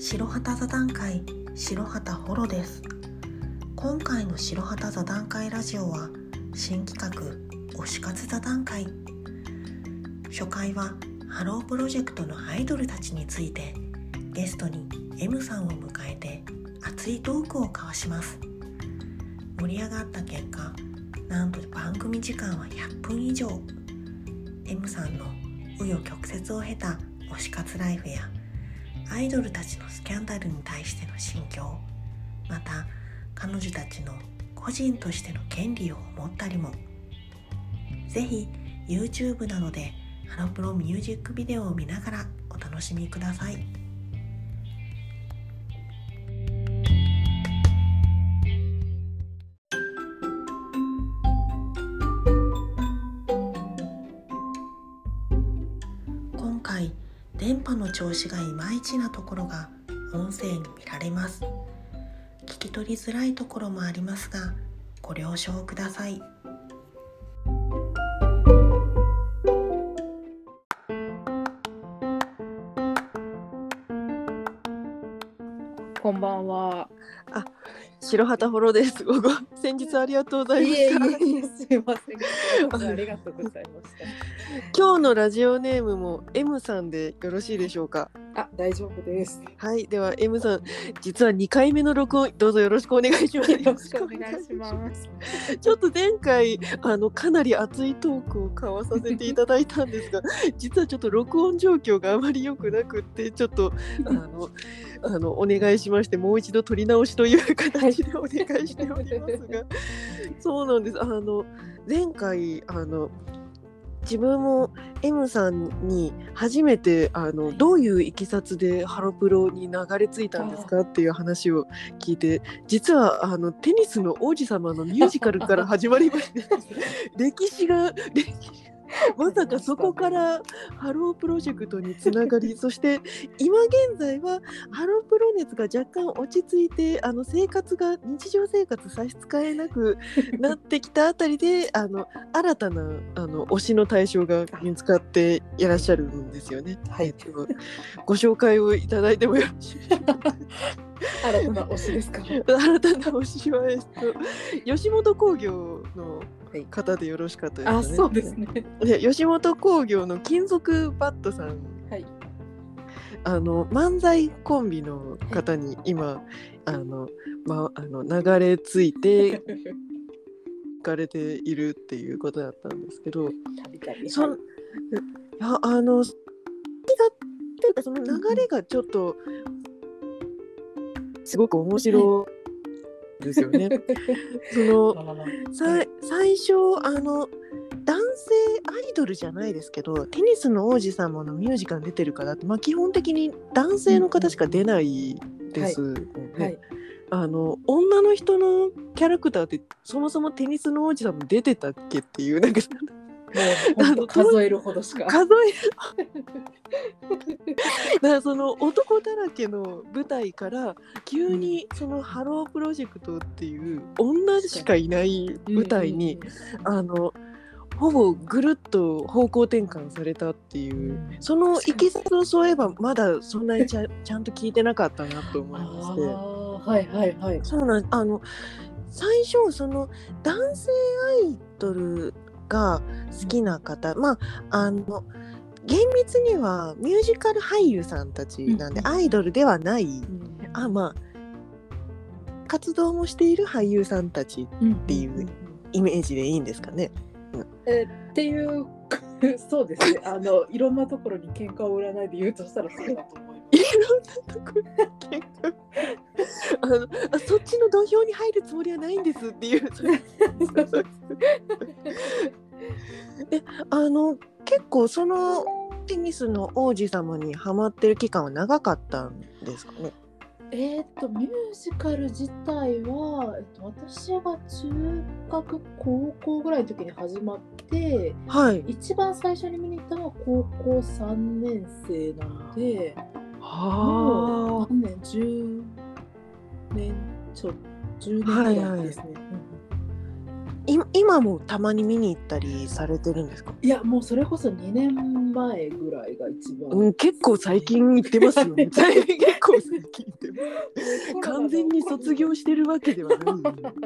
白旗座談会白旗ホロです。今回の白旗座談会ラジオは新企画推し活座談会。初回はハロープロジェクトのアイドルたちについてゲストに M さんを迎えて熱いトークを交わします。盛り上がった結果、なんと番組時間は100分以上。 M さんの紆余曲折を経た推し活ライフやアイドルたちのスキャンダルに対しての心境、また彼女たちの個人としての権利を思ったりも。ぜひ YouTube などでハロプロミュージックビデオを見ながらお楽しみください。今回電波の調子がいまいちなところが音声に見られます。聞き取りづらいところもありますがご了承ください。 こんばんは。 白旗ホロです。先日ありがとうございました。 いえすいません。ありがとうございました。 今日のラジオネームも M さんでよろしいでしょうか。 大丈夫です。 はい、では M さん、実は2回目の録音どうぞよろしくお願いします。 よろしくお願いします。 ちょっと前回かなり熱いトークを交わさせていただいたんですが、実はちょっと録音状況があまり良くなくってちょっとお願いしまして、もう一度撮り直しという形でお願いしておりますが、そうなんです。前回自分も M さんに初めてどういういきさつでハロプロに流れ着いたんですかっていう話を聞いて、実はテニスの王子様のミュージカルから始まりまして歴史まさかそこからハロープロジェクトにつながり、そして今現在はハロープロ熱が若干落ち着いて日常生活差し支えなくなってきたあたりで新たな推しの対象が見つかっていらっしゃるんですよね。 はい。 ご紹介をいただいてもよろしいでしょうか。 新たな推しですか。 新たな推しは吉本興業の方でよろしかったですね。 そうですね。 吉本興業の金属バットさん、 はい、 漫才コンビの方に今、流れ着いて行かれているっていうことだったんですけど、その流れがちょっとすごく面白いですよね。最初男性アイドルじゃないですけど、テニスの王子様のミュージカルに出てる方って、基本的に男性の方しか出ないですので、女の人のキャラクターってそもそもテニスの王子様出てたっけっていう、なんか数えるほどしかだからその男だらけの舞台から急にそのハロープロジェクトっていう女しかいない舞台にほぼぐるっと方向転換されたっていう、そのいきさつをそういえばまだそんなにちゃんと聞いてなかったなと思いまして。 はいはいはい。 そうなん最初その男性アイドルが好きな方、厳密にはミュージカル俳優さんたちなんで、アイドルではない、活動もしている俳優さんたちっていうイメージでいいんですかね。 っていうそうですね。いろんなところに喧嘩を売らないで言うとしたらそうだと思います。 いろんなところに喧嘩そっちの土俵に入るつもりはないんですっていう結構そのテニスの王子様にハマってる期間は長かったんですかね。 ミュージカル自体は、私が中学高校ぐらいの時に始まって、一番最初に見に行ったのは高校3年生なので、もう何年10年ぐらいですね。 今もたまに見に行ったりされてるんですか？ いや、もうそれこそ2年前ぐらいが一番、 結構最近行ってますよね。結構最近行ってます。完全に卒業してるわけではない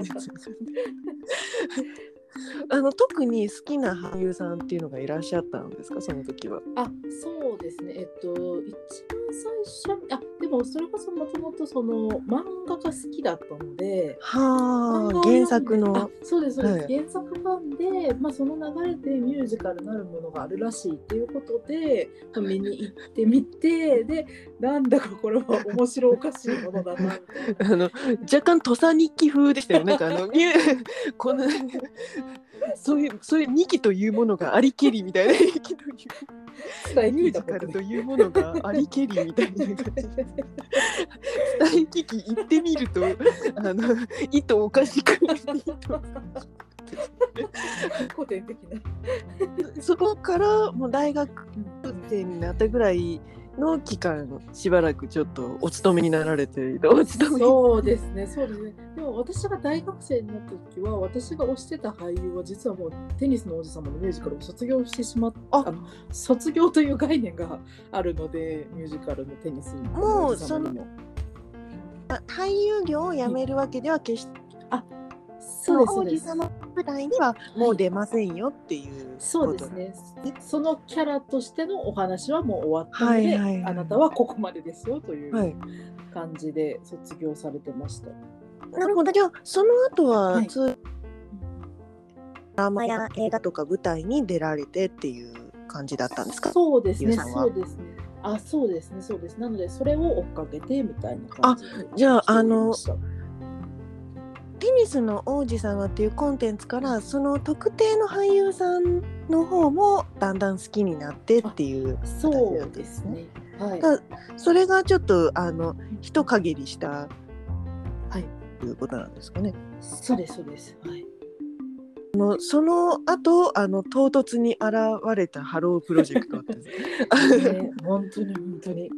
特に好きな俳優さんっていうのがいらっしゃったんですか、その時は。 そうですね。一番最初にでもそれこそもともとその漫画が好きだったので、 原作のそうです、原作ファンで、その流れでミュージカルなるものがあるらしいっていうことで見に行ってみて、でなんだかこれは面白おかしいものだなみたいな若干土佐日記風でしたよ。なんかこのそういう2期というものがありけりみたいなミュージカルというものがありけりみたいな感じで伝え聞き行ってみると意図おかしく古典的なそこからもう大学生になったぐらいの期間しばらくちょっとお勤めになられている。 そうですね。でも私が大学生になった時は、私が推してた俳優は実はもうテニスの王子様のミュージカルを卒業してしまった。卒業という概念があるので、ミュージカルのテニスの王子様にも俳優業を辞めるわけでは決してそうです。 王子様ぐらいにはもう出ませんよっていう、 そうですね。そのキャラとしてのお話はもう終わったので、あなたはここまでですよという感じで卒業されてました。 なるほど。じゃあその後はドラマや映画とか舞台に出られてっていう感じだったんですか？ そうですね。そうですね。なのでそれを追っかけてみたいな感じで。 じゃあテニスの王子様っていうコンテンツからその特定の俳優さんの方もだんだん好きになってっていう形なんですね。それがちょっと一陰りしたということなんですかね。 そうです。 その後唐突に現れたハロープロジェクトって本当に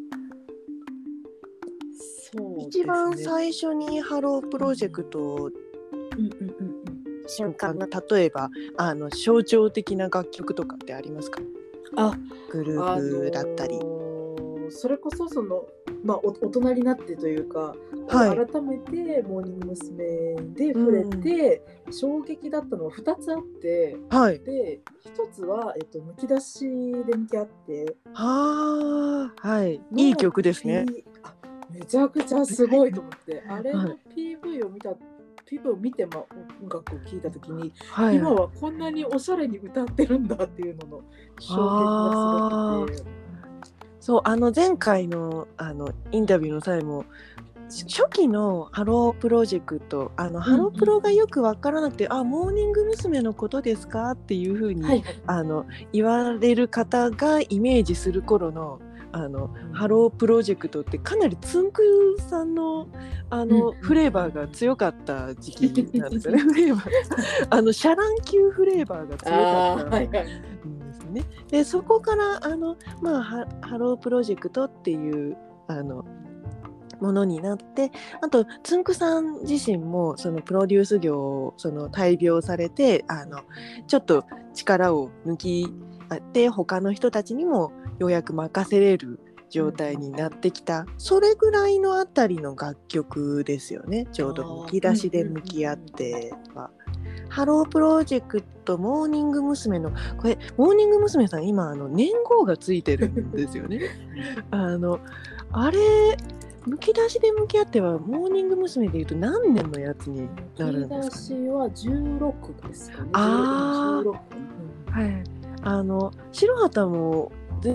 一番最初にハロープロジェクト瞬間の例えば象徴的な楽曲とかってありますか？グループだったり、 それこそ大人になってというか、改めてモーニング娘。で触れて、衝撃だったのは2つあって、で1つは、むき出しで向き合っていい曲ですね。 めちゃくちゃすごいと思ってあれの PV を見て、音楽を聴いたときに、今はこんなにおしゃれに歌ってるんだっていうのの衝撃がすごくて。 そう前回のインタビューの際も初期のハロープロジェクトハロープロがよく分からなくて、モーニング娘。のことですかっていうふうに、言われる方がイメージする頃のハロープロジェクトってかなりつんくさんのフレーバーが強かった時期なんですよね。フレーバーシャラン級フレーバーが強かったんですね。でそこからハロープロジェクトっていうものになって、あとつんくさん自身もそのプロデュース業を大病されてちょっと力を抜きで他の人たちにもようやく任せれる状態になってきた、それぐらいのあたりの楽曲ですよね。ちょうどむき出しで向き合ってはハロープロジェクトモーニング娘。のこれモーニング娘。さん今年号がついてるんですよね。あれむき出しで向き合ってはモーニング娘。でいうと何年のやつになるんですか？ むき出しは16ですかね。 16。白畑も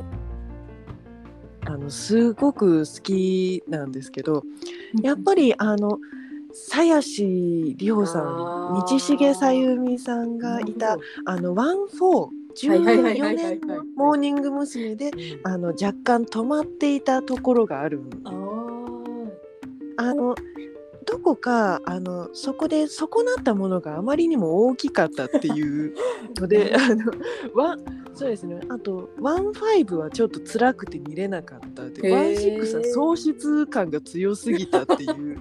すごく好きなんですけど、やっぱり鞘師里穂さん、道重さゆみさんがいた14年のモーニング娘。で若干止まっていたところがあるんです。どこかそこで損なったものがあまりにも大きかったっていうのでそうですね。あと15はちょっと辛くて見れなかったで、16は喪失感が強すぎたっていう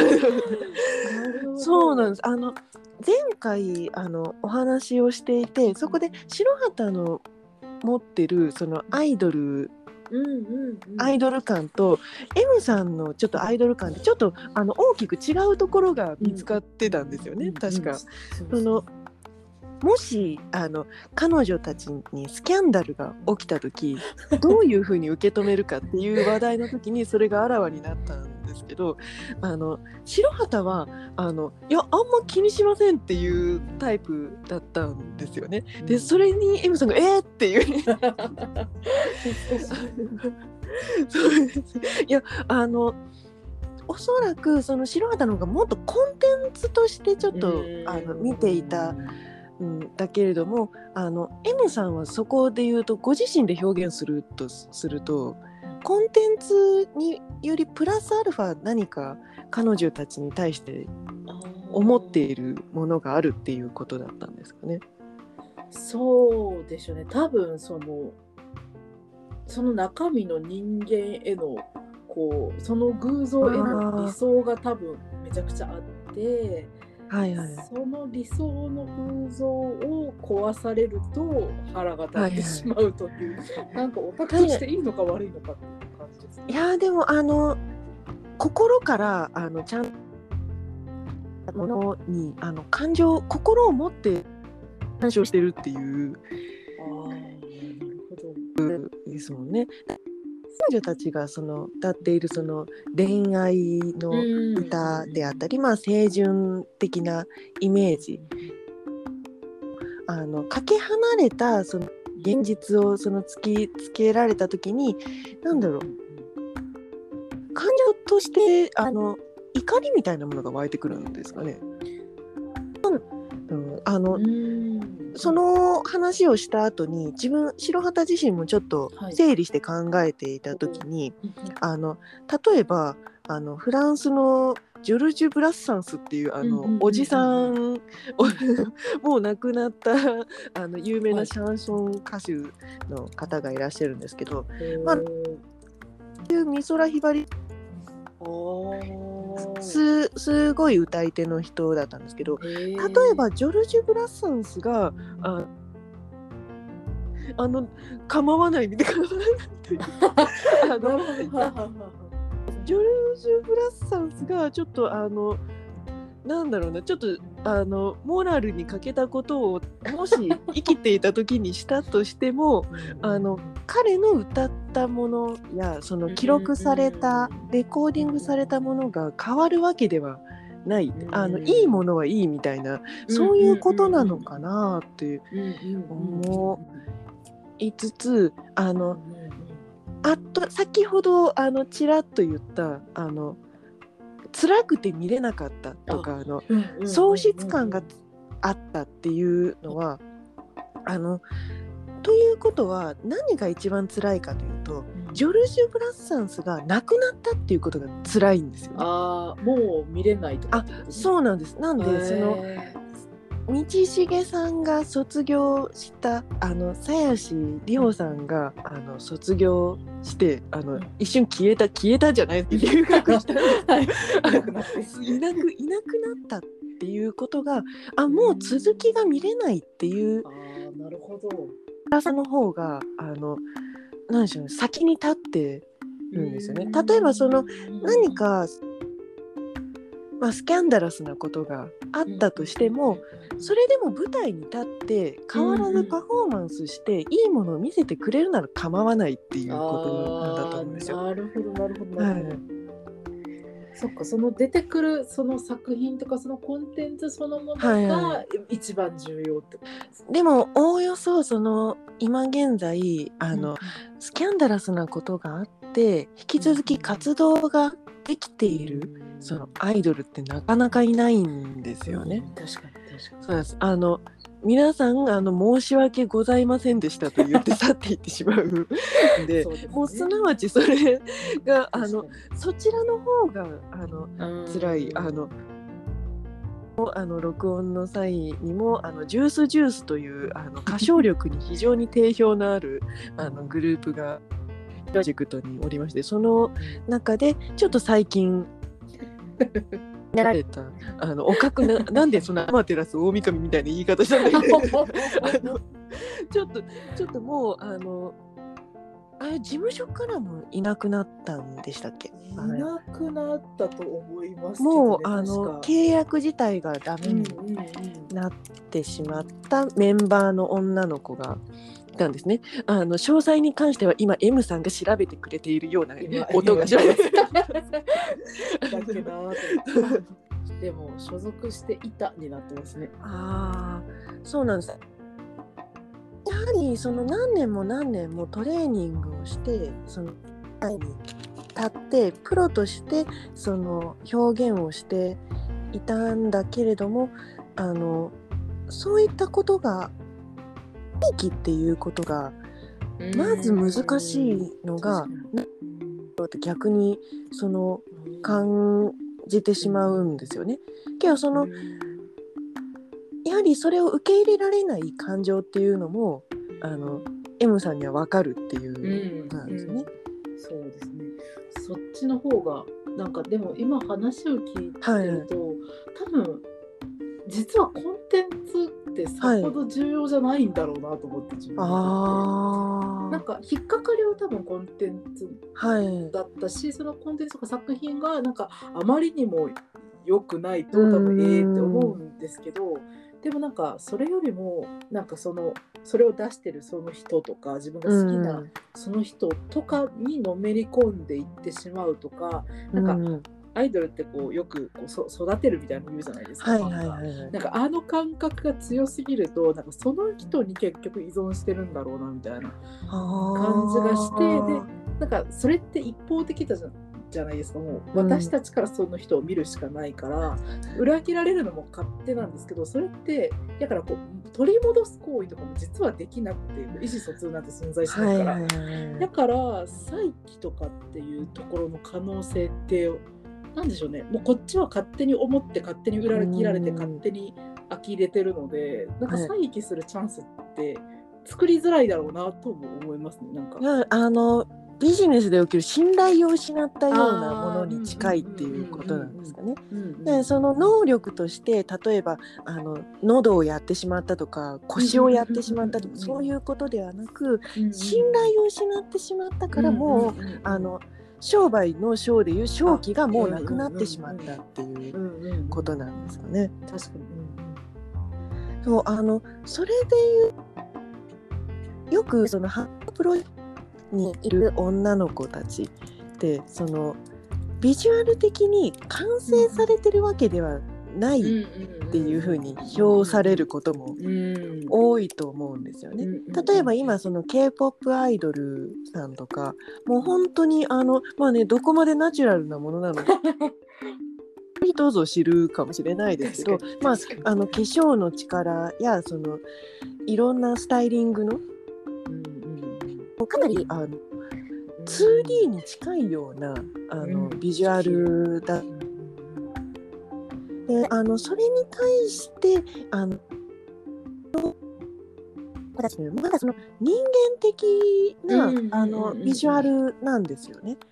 そうなんです。前回お話をしていて、そこで白畑の持ってるそのアイドル感と M さんのちょっとアイドル感でちょっと大きく違うところが見つかってたんですよね、確か。もし彼女たちにスキャンダルが起きた時どういうふうに受け止めるかっていう話題の時にそれがあらわになったんですけど、白旗はいやあんま気にしませんっていうタイプだったんですよね。でそれに M さんがっていうねそうですいやおそらくその白旗の方がもっとコンテンツとしてちょっと見ていただけれどもM さんはそこで言うとご自身で表現するとするとコンテンツによりプラスアルファ何か彼女たちに対して思っているものがあるっていうことだったんですかね。 そうでしょうね。多分その中身の人間へのその偶像への理想が多分めちゃくちゃあって、その理想の偶像を壊されると腹が立ってしまうという、なんかオタクとしていいのか悪いのかっていう感じですね。 いやでも心からちゃんとものに感情心を持って話をしてるっていうですもんね。彼女たちが歌っているその恋愛の歌であったり、青春的なイメージかけ離れたその現実を突きつけられた時に感情として怒りみたいなものが湧いてくるんですかね。その話をした後に白旗自身もちょっと整理して考えていた時に、例えばフランスのジョルジュ・ブラッサンスっていうおじさんもう亡くなった有名なシャンソン歌手の方がいらっしゃるんですけど、美空ひばりすごい歌い手の人だったんですけど、例えばジョルジュ・ブラッサンスが構わないみたいなジョルジュ・ブラッサンスがちょっとなんだろうな、ちょっとモラルに欠けたことをもし生きていた時にしたとしても彼の歌ったものやその記録されたレコーディングされたものが変わるわけではない、いいものはいいみたいな、そういうことなのかなって思いつつ先ほどちらっと言った辛くて見れなかったとか喪失感があったっていうのはということは何が一番辛いかというとジョルジュ・ブラッサンスが亡くなったっていうことが辛いんですよね。 もう見れないとか、 そうなんです。なんで道重さんが卒業した鞘師里穂さんが卒業して一瞬消えたじゃないですけど留学したんですいなくなったっていうことがもう続きが見れないっていうなるほど辛さの方が何でしょうね、先に立ってるんですよね。例えば何かスキャンダラスなことがあったとしてもそれでも舞台に立って変わらずパフォーマンスしていいものを見せてくれるなら構わないっていうことなんだと思うんですよ。 なるほどなるほど、そっか、その出てくるその作品とかそのコンテンツそのものが一番重要ってことです、 でもおおよそ今現在スキャンダラスなことがあって引き続き活動ができているそのアイドルってなかなかいないんですよね。 確かにそうです。皆さん申し訳ございませんでしたと言って去っていってしまうでもうすなわちそれがそちらの方が辛い録音の際にもジュースという歌唱力に非常に定評のあるグループがプロジェクトにおりまして、その中でちょっと最近やられたおかくなんでそのアマテラス大神みたいな言い方したんだけどちょっともう事務所からもいなくなったんでしたっけ？ いなくなったと思いますけど、 ね、 もう契約自体がダメになってしまったメンバーの女の子がいたんですね。詳細に関しては今 M さんが調べてくれているような音がします。 でも所属していたになってますね。 そうなんです。やはりその何年もトレーニングをしてその舞台に立ってプロとしてその表現をしていたんだけれどもそういったことが生きっていうことがまず難しいのが逆にその感じてしまうんですよね。けどそのやはりそれを受け入れられない感情っていうのもM さんには分かるっていうことなんですね。 そうですね。そっちの方がなんかでも今話を聞いてると、多分実はコンテンツってさほど重要じゃないんだろうなと思って、自分でなんか引っかかりは多分コンテンツだったし、そのコンテンツとか作品がなんかあまりにも良くないと多分って思うんですけど、でもなんかそれよりもなんかそれを出してるその人とか自分が好きなその人とかにのめり込んでいってしまうとか、なんかアイドルってこうよくこう育てるみたいなの言うじゃないですか。なんか感覚が強すぎるとなんかその人に結局依存してるんだろうなみたいな感じがして、でなんかそれって一方的じゃないですか。もう私たちからその人を見るしかないから、裏切られるのも勝手なんですけど、それってだからこう取り戻す行為とかも実はできなくて、意思疎通なんて存在しないから、だから再起とかっていうところの可能性ってなんでしょうね。もうこっちは勝手に思って勝手に裏切られて勝手に呆れてるので、なんか再起するチャンスって作りづらいだろうなとも思いますね。なんかビジネスでおける信頼を失ったようなものに近いっていうことなんですかね。でその能力として例えば喉をやってしまったとか腰をやってしまったとかそういうことではなく、信頼を失ってしまったからもう商売の商でいう商機がもうなくなってしまったっていうことなんですかね。 確かに。 そうそれでいうよくそのハップロにいる女の子たちってそのビジュアル的に完成されてるわけではないっていう風に評されることも多いと思うんですよね。例えば今その K-POP アイドルさんとかもう本当にまあねどこまでナチュラルなものなのかどうぞ知るかもしれないですけど、まあ化粧の力やそのいろんなスタイリングのかなり2D に近いようなビジュアルだでそれに対してまだその人間的なビジュアルなんですよね。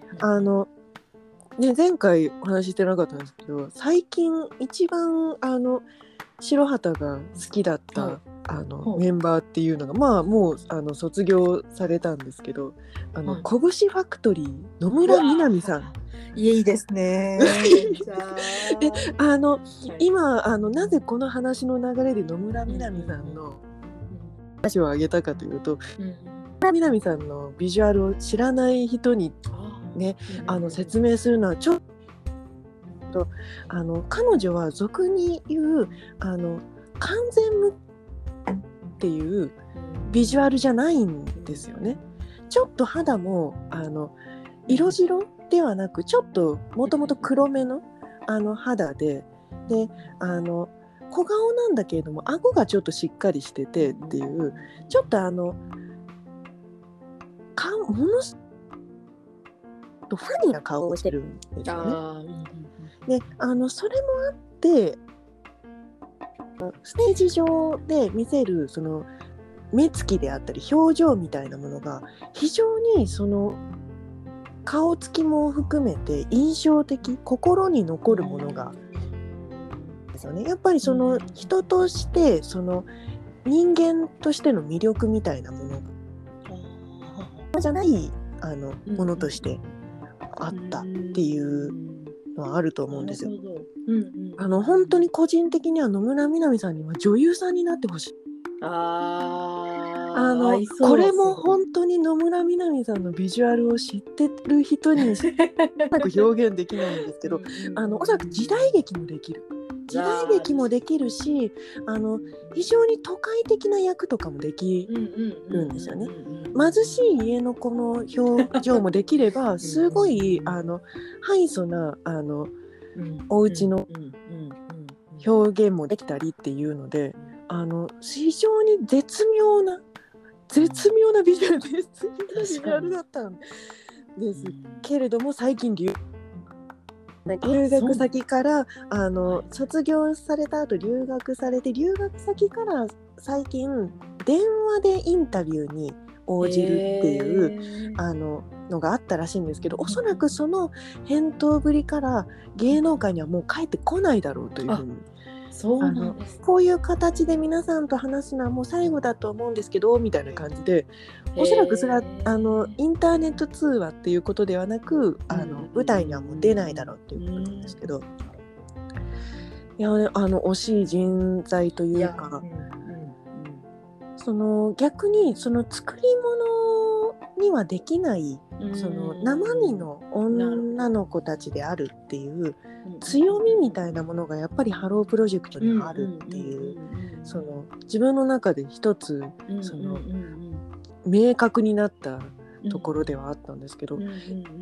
前回お話ししてなかったんですけど、最近一番白旗が好きだったメンバーっていうのがまあもう卒業されたんですけど拳ファクトリー野村みなみさんいいですねで今なぜこの話の流れで野村みなみさんの話を挙げたかというと、野村みなみさんのビジュアルを知らない人にね説明するのはちょっと彼女は俗に言う完全無っていうビジュアルじゃないんですよね。ちょっと肌も色白ではなくちょっともともと黒めの肌で小顔なんだけれども顎がちょっとしっかりしててっていうちょっとものすごくファニーな顔をしてるんですよね。でそれもあってステージ上で見せるその目つきであったり表情みたいなものが非常にその顔つきも含めて印象的、心に残るものがですよね。やっぱりその人としてその人間としての魅力みたいなものじゃないものとしてあったっていうのはあると思うんですよ。本当に個人的には野村みな実さんには女優さんになってほしい。これも本当に野村みな実さんのビジュアルを知ってる人にしか表現できないんですけどおそらく時代劇もできる。時代劇もできるし非常に都会的な役とかもできるんですよね。貧しい家の子の表情もできればすごいハイソなお家の表現もできたりっていうので非常に絶妙なビジュアルだったんですけれども最近留学先から卒業された後留学されて留学先から最近電話でインタビューに応じるっていうのがあったらしいんですけどおそらくその返答ぶりから芸能界にはもう帰ってこないだろうというふうにそうなんです。 こういう形で皆さんと話すのはもう最後だと思うんですけどみたいな感じでおそらくそれはインターネット通話っていうことではなく舞台にはもう出ないだろうっていうことなんですけどいや惜しい人材というかその逆にその作り物にはできないその生身の女の子たちであるっていう強みみたいなものがやっぱりハロープロジェクトにあるっていうその自分の中で一つその明確になったところではあったんですけど前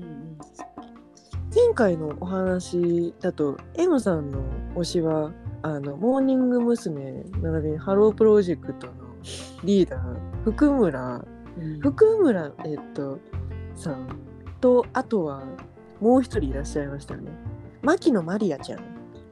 回のお話だと M さんの推しはモーニング娘。並びにハロープロジェクトのリーダー福村さんとあとはもう一人いらっしゃいましたよね。牧野まりやちゃん。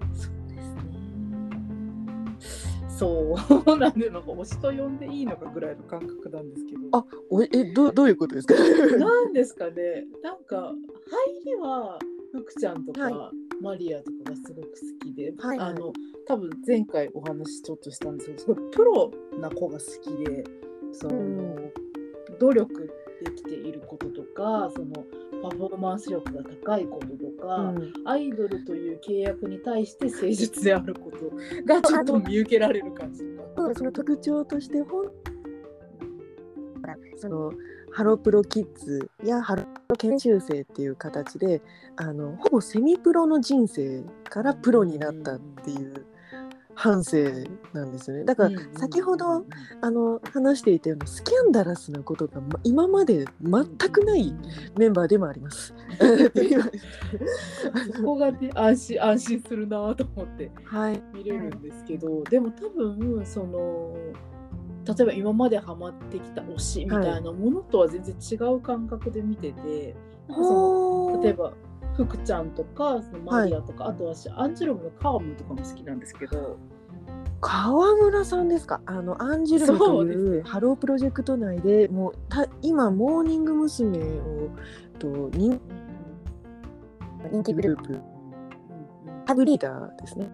そうなんで推しと呼んでいいのかぐらいの感覚なんですけどどういうことですかなんですかねなんか入りは福ちゃんとか、マリアとかがすごく好きで、多分前回お話ちょっとしたんですけどすごいプロな子が好きでその、努力できていることとかそのパフォーマンス力が高いこととか、アイドルという契約に対して誠実であることがちょっと見受けられる感じとかその特徴としてそのハロプロキッズやハロプロ研修生っていう形でほぼセミプロの人生からプロになったっていう半生なんですよね。だから先ほど話していたようなスキャンダラスなことが今まで全くないメンバーでもあります。 そこがね安心するなと思って見れるんですけど、でも多分その例えば今までハマってきた推しみたいなものとは全然違う感覚で見てて、なんかその例えば福ちゃんとかそのマリアとか、あとはアンジュルムのカームとかも好きなんですけど。 川村さんですか。アンジュルムというハロープロジェクト内でもう今モーニング娘。を人気グループサブリーダーですね。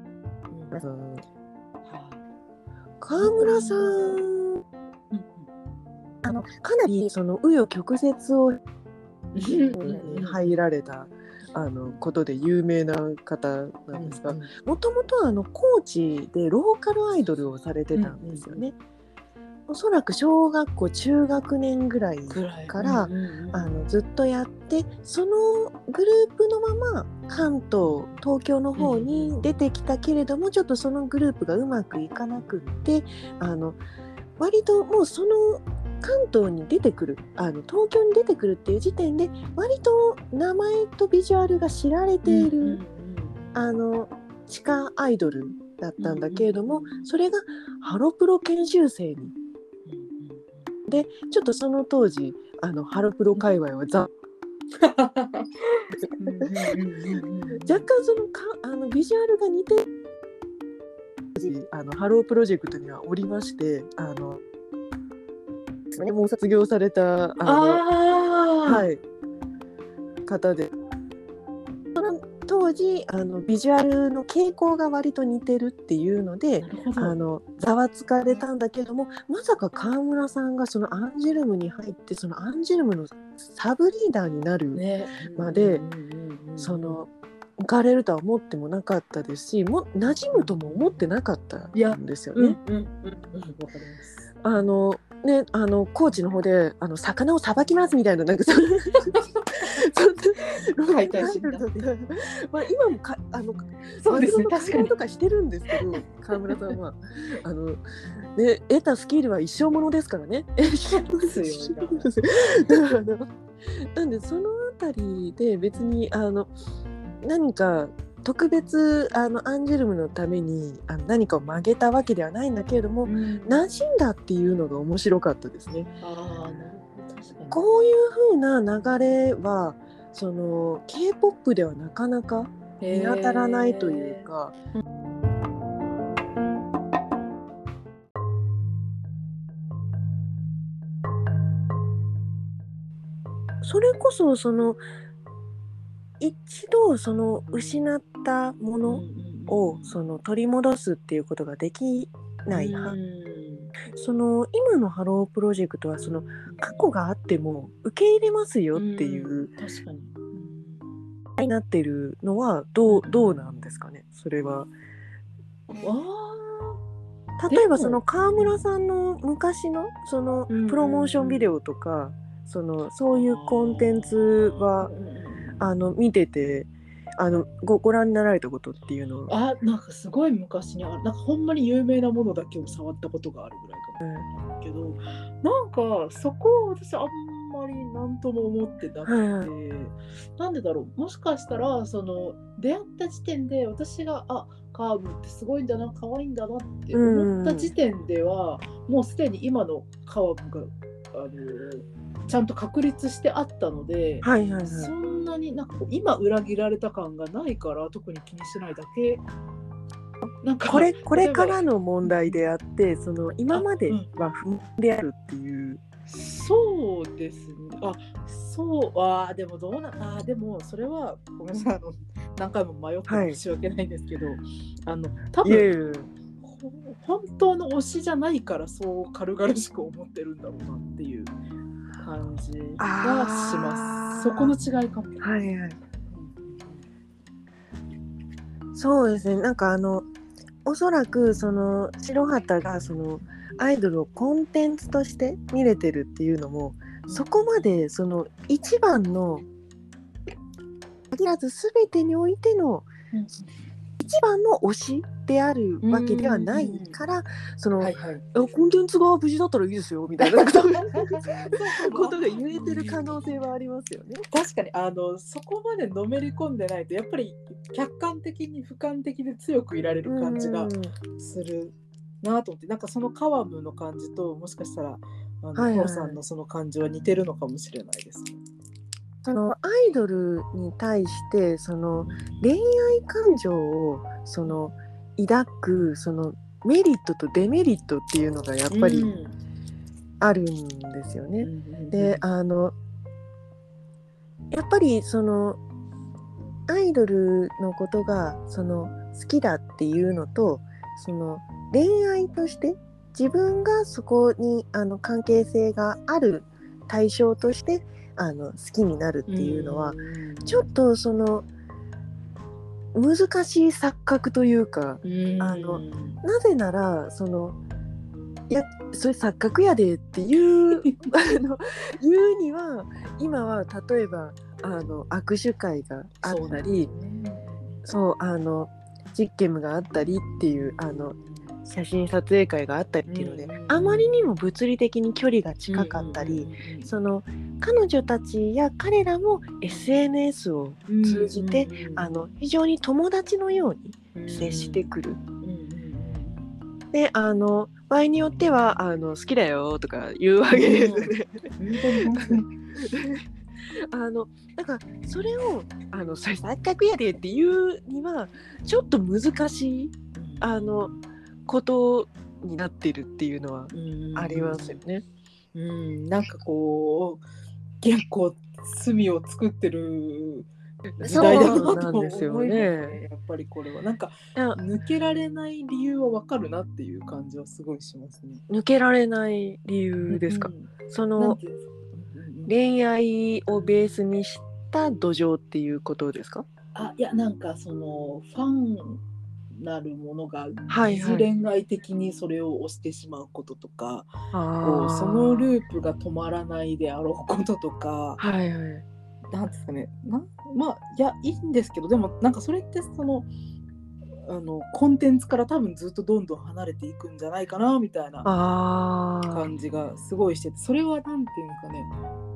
川村さんかなりその紆余曲折を入られたことで有名な方なんですが、もともと高知でローカルアイドルをされてたんですよね。おそらく小学校中学年ぐらいからずっとやってそのグループのまま東京の方に出てきたけれどもちょっとそのグループがうまくいかなくって割ともうその関東に出てくる東京に出てくるっていう時点で割と名前とビジュアルが知られている地下アイドルだったんだけれどもそれがハロプロ研修生にでちょっとその当時ハロプロ界隈は若干そのビジュアルが似てハロープロジェクトにはおりましてもう卒業された方で、当時ビジュアルの傾向が割と似てるっていうのでざわつかれたんだけども、まさか川村さんがそのアンジュルムに入ってそのアンジュルムのサブリーダーになるまで、その行かれるとは思ってもなかったですし、もう馴染むとも思ってなかったんですよね。わかります。ね、高知の方で魚をさばきますみたいな、なんかそんな解体しんだって、 まあ、今もそうですね、確かにとかしてるんですけど、川村さんはね、得たスキルは一生ものですからね。なんでそのあたりで別に何か特別アンジュルムのために何かを曲げたわけではないんだけれども、馴染んだっていうのが面白かったですね。 なるほど、確かに。 こういう風な流れはその K-POP ではなかなか見当たらないというか、それこそその一度その失ったものをその取り戻すっていうことができない、その今のハロープロジェクトはその過去があっても受け入れますよっていう確かにになってるのはどうなんですかね、それは。例えばその川村さんの昔のそのプロモーションビデオとかそういうコンテンツは見ててご覧になられたことっていうのは。 なんかすごい昔になんかほんまに有名なものだけを触ったことがあるぐらいかも、けどなんかそこは私あんまり何とも思ってなくて、なんでだろう、もしかしたらその出会った時点で私がカーブってすごいんだな、可愛いんだなって思った時点では、もうすでに今のカーブがちゃんと確立してあったので、そんなになんか今裏切られた感がないから特に気にしてないだけ。なんかこれからの問題であってその今までは不満であるっていう。 そうですね。でもどうなでもそれはごめんなさい、何回も迷って申し訳ないんですけど、多分本当の推しじゃないからそう軽々しく思ってるんだろうなっていう感じがします。そこの違いかも。 そうですね。なんかおそらくその白旗がそのアイドルをコンテンツとして見れてるっていうのも、そこまでその一番の限らず全てにおいての一番の推しであるわけではないから、そのコンテンツが無事だったらいいですよみたいなことが言えてる可能性はありますよね。 確かにそこまでのめり込んでないとやっぱり客観的に俯瞰的で強くいられる感じがするなと思って、なんかそのカワムの感じともしかしたらコウさんのその感じは似てるのかもしれないですね。 そのアイドルに対してその恋愛感情をその抱くそのメリットとデメリットっていうのがやっぱりあるんですよね。でやっぱりそのアイドルのことがその好きだっていうのと、その恋愛として自分がそこに関係性がある対象として好きになるっていうのはちょっとその難しい錯覚というか、なぜならそのそれ錯覚やでっていう言うには今は例えば握手会があったり、実験があったりっていう写真撮影会があったりっていうので、あまりにも物理的に距離が近かったり、その彼女たちや彼らも SNS を通じて、非常に友達のように接してくる。で場合によっては好きだよとか言うわけですね。だからそれをそれ錯覚やでっていうにはちょっと難しいことになってるっていうのはありますよね。 なんかこ結構罪を作ってる時代だなと思いますね。やっぱりこれはなんか抜けられない理由はわかるなっていう感じはすごいしますね。 抜けられない理由ですか？その恋愛をベースにした土壌っていうことですか？ いやなんかそのファンなるものが疑似恋愛的にそれを押してしまうこととか、こうそのループが止まらないであろうこととか、なんですかね、まあいやいいんですけど、でもなんかそれってそのコンテンツから多分ずっとどんどん離れていくんじゃないかなみたいな感じがすごいしてて、それはなんていうんですかね、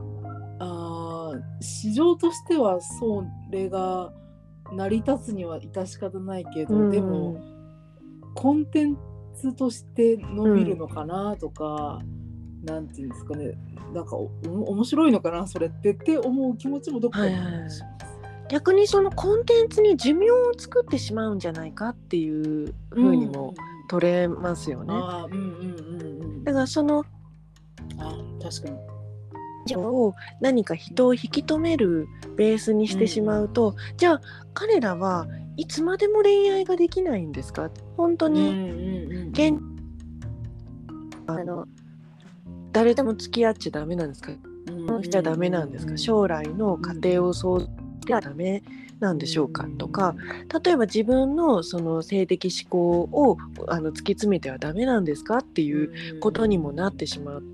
市場としてはそれが成り立つには致し方ないけど、でもコンテンツとして伸びるのかなとか、なんていうんですかね、なんか面白いのかなそれって思う気持ちもどっかにあります。 逆にそのコンテンツに寿命を作ってしまうんじゃないかっていう風にも取れますよね。だからその確かにを何か人を引き止めるベースにしてしまうと、じゃあ彼らはいつまでも恋愛ができないんですか？本当に誰でも付き合っちゃダメなんですか？しちゃダメなんですか？将来の家庭を想像してはダメなんでしょうか？とか、例えば自分のその性的思考を突き詰めてはダメなんですかっていうことにもなってしまって、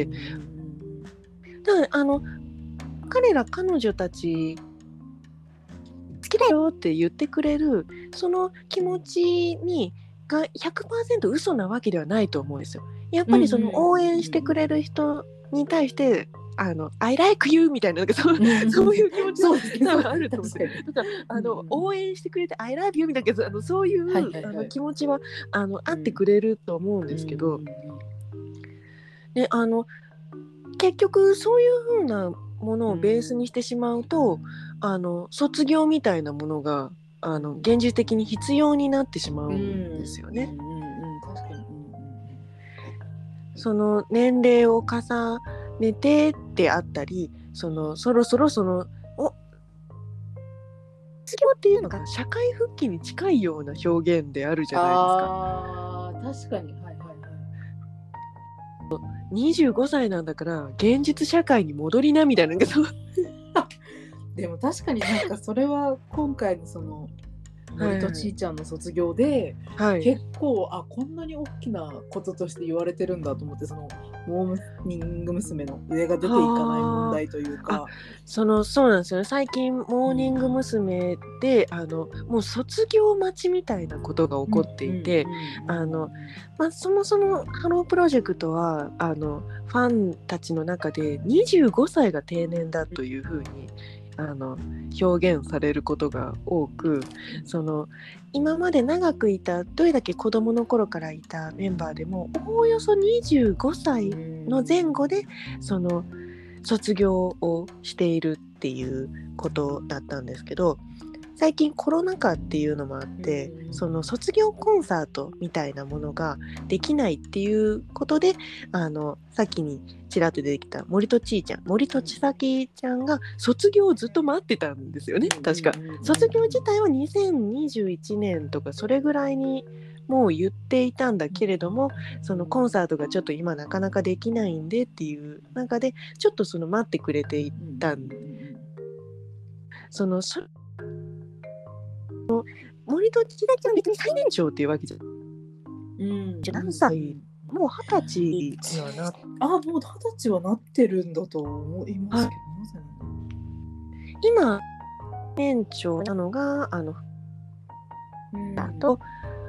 だから彼女たち好きだよって言ってくれるその気持ちが 100% 嘘なわけではないと思うんですよ。やっぱりその応援してくれる人に対してI like you みたいな、そういう気持ちがあると思うんですよ。だから応援してくれて I love you みたいなそういう気持ちはあってくれると思うんですけど、で結局そういう風なものをベースにしてしまうと、卒業みたいなものが現実的に必要になってしまうんですよね。 確かに。 その年齢を重ねてであったり、そろそろ卒業っていうのが社会復帰に近いような表現であるじゃないですか。 確かに。 25歳なんだから現実社会に戻りなみたいなでも確かになんかそれは今回のその森とちーちゃんの卒業で、結構こんなに大きなこととして言われてるんだと思って、そのモーニング娘。の上が出ていかない問題というか、 そうなんですよね。最近モーニング娘。でもう卒業待ちみたいなことが起こっていて、そもそもハロープロジェクトはファンたちの中で25歳が定年だというふうに表現されることが多く、今まで長くいたどれだけ子どもの頃からいたメンバーでもおおよそ25歳の前後で卒業をしているっていうことだったんですけど、最近コロナ禍っていうのもあって卒業コンサートみたいなものができないっていうことでさっきにちらっと出てきた森とちさきちゃんが卒業をずっと待ってたんですよね。確か卒業自体は2021年とかそれぐらいにもう言っていたんだけれども、そのコンサートがちょっと今なかなかできないんでっていう中でちょっと待ってくれていたんで、森と千咲ちゃんは別に最年長っていうわけじゃ何歳、もう20歳にはなもう20歳はなってるんだと思いますけど、 今年長なのがと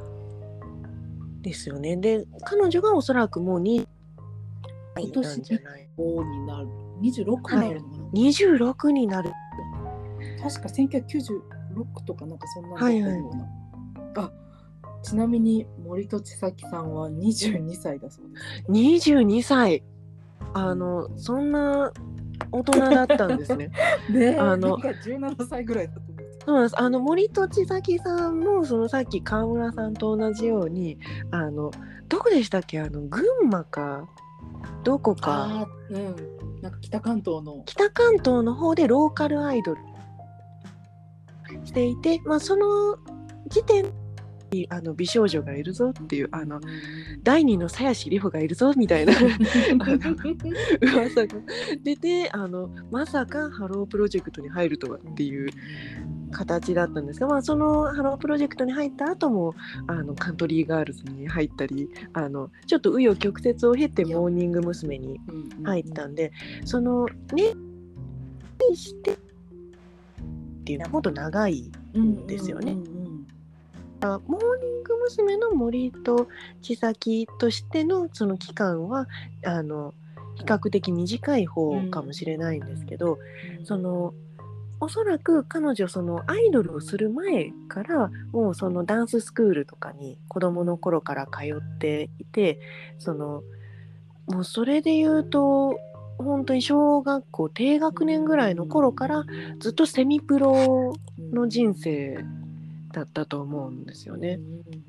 ですよね。で彼女がおそらくもう20 今年になる26になるのかな、 26になる。 確か1996とかなんかそんなのだったような。ちなみに森と千咲さんは22歳だそうです。 22歳。そんな大人だったんですね。 なんか17歳ぐらいだと思って。 そうなんです。森と千咲さんもさっき川村さんと同じようにどこでしたっけ、群馬かどこかなんか北関東の方でローカルアイドルしていて、その時点に美少女がいるぞっていう第二の鞘師里穂がいるぞみたいな噂が出てまさかハロープロジェクトに入るとはっていう形だったんですが、そのハロープロジェクトに入った後もカントリーガールズに入ったりちょっと紆余曲折を経てモーニング娘。に入ったんで、そのねしてっていうのはもっと長いんですよね。モーニング娘。の森と千咲としてのその期間は比較的短い方かもしれないんですけど、おそらく彼女そのアイドルをする前からもうそのダンススクールとかに子供の頃から通っていて、もうそれで言うと本当に小学校低学年ぐらいの頃からずっとセミプロの人生だったと思うんですよね。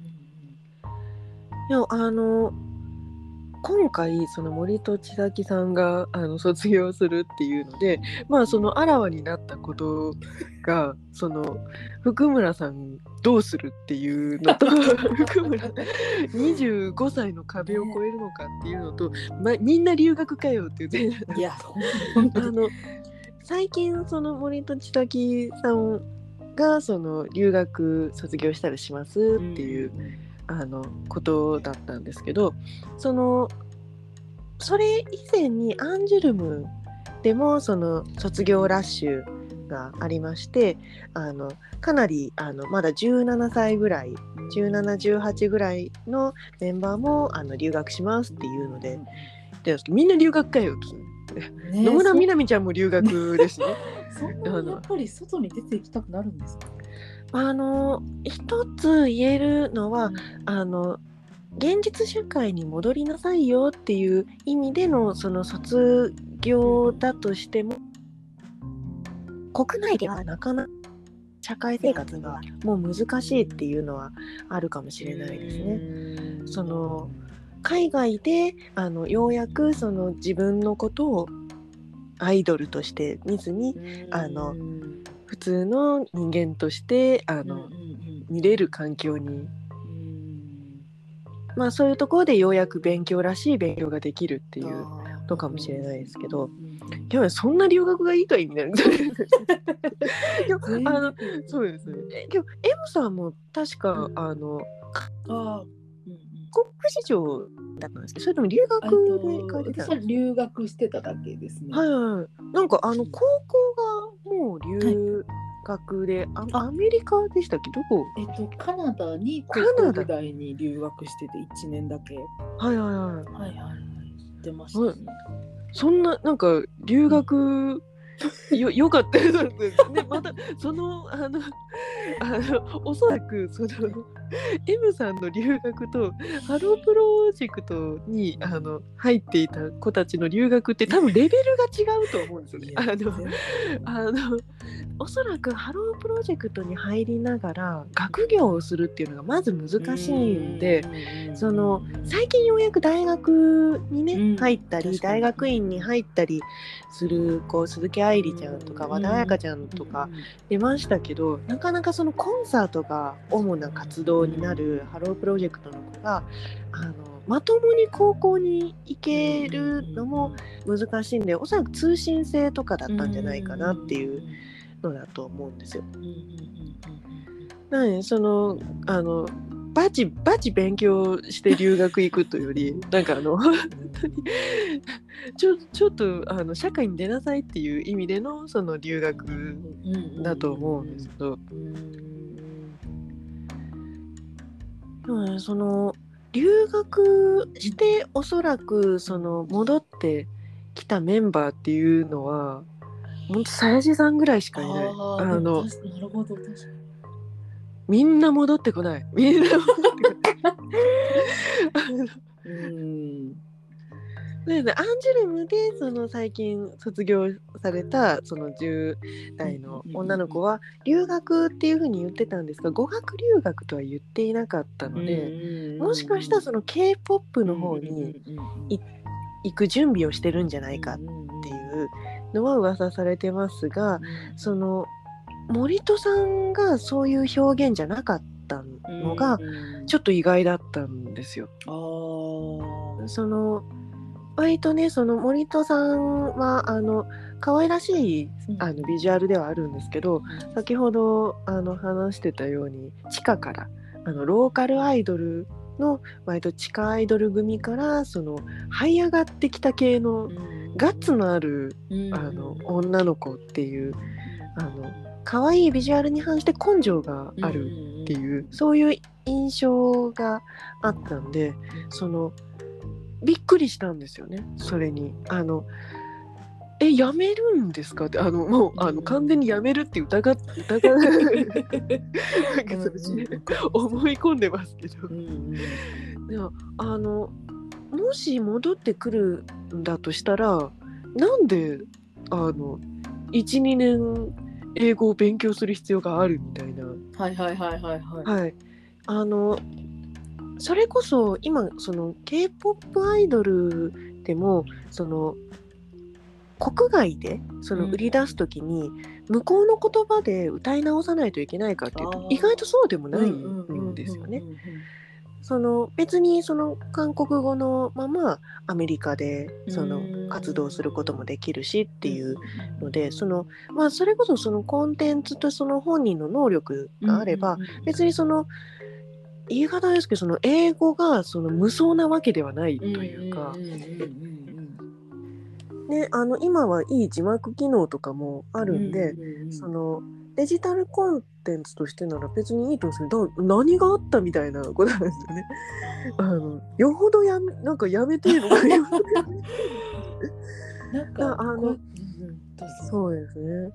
でも今回その森と千咲さんが卒業するっていうので、そのあらわになったことがその福村さんどうするっていうのと福村25歳の壁を越えるのかっていうのと、みんな留学かよっていういや最近その森と千咲さんがその留学卒業したらしますっていう、ことだったんですけど、それ以前にアンジュルムでもその卒業ラッシュがありまして、かなりまだ17歳ぐらい17、18ぐらいのメンバーも留学しますっていうので、みんな留学かよと、野村みなみちゃんも留学ですね。 そんなにやっぱり外に出ていきたくなるんですか？ 一つ言えるのは、現実社会に戻りなさいよっていう意味でのその卒業だとしても、国内ではなかなか社会生活がもう難しいっていうのはあるかもしれないですね。海外でようやくその自分のことをアイドルとして見ずに普通の人間として見れる環境に、そういうところでようやく勉強らしい勉強ができるっていうのかもしれないですけど、でもそんな留学がいいかいみたいなそうですね。今日 M さんも確か国市場だったんですけど、それとも留学で行かれてたんですか？ 私は留学してただけですね。 なんか高校がもう留学で、アメリカでしたっけ？どこ？ カナダに高校時代に留学してて1年だけ。出ましたね。 そんななんか留学よかったですね。またそのおそらくその M さんの留学とハロープロジェクトに入っていた子たちの留学って多分レベルが違うと思うんですよね。おそらくハロープロジェクトに入りながら学業をするっていうのがまず難しいんで、最近ようやく大学にね入ったり大学院に入ったりする鈴木愛理ちゃんとか和田彩香ちゃんとか出ましたけど、なかなかそのコンサートが主な活動になるハロープロジェクトの子がまともに高校に行けるのも難しいんで、おそらく通信制とかだったんじゃないかなっていうのだと思うんですよ。なのでバチ勉強して留学行くというよりなんか本当にちょっと社会に出なさいっていう意味でのその留学だと思うんですけど、その留学しておそらく戻ってきたメンバーっていうのは本当さやしさんぐらいしかいない。 なるほど、確かに。 みんな戻ってこない。みんな戻ってこない。アンジュルムで最近卒業されたその10代の女の子は留学っていう風に言ってたんですが、語学留学とは言っていなかったので、もしかしたらK-POP の方に行く準備をしてるんじゃないかっていういうのは噂されてますが、その森戸さんがそういう表現じゃなかったのがちょっと意外だったんですよ。その割とね、その森戸さんは可愛らしいビジュアルではあるんですけど、先ほど話してたように地下からローカルアイドルの割と地下アイドル組からその這い上がってきた系のガッツのある女の子っていう可愛いビジュアルに反して根性があるっていうそういう印象があったんで、そのびっくりしたんですよね。それにやめるんですかって、もう完全にやめるって疑う思い込んでますけど、でももし戻ってくるんだとしたら、なんで1,2 年英語を勉強する必要があるみたいな。それこそ今その K-POP アイドルでもその国外でその売り出すときに向こうの言葉で歌い直さないといけないかっていうと意外とそうでもないんですよね。その別にその韓国語のままアメリカでその活動することもできるしっていうので、そのそれこそそのコンテンツとその本人の能力があれば別にその言い方ですけどその英語がその無双なわけではないというか、ね、今はいい字幕機能とかもあるんで、そのデジタルコンテンツとしてなら別にいいと思うんですけど、何があったみたいなことなんですよね。よほどなんかやめてるのかなんかそうですね。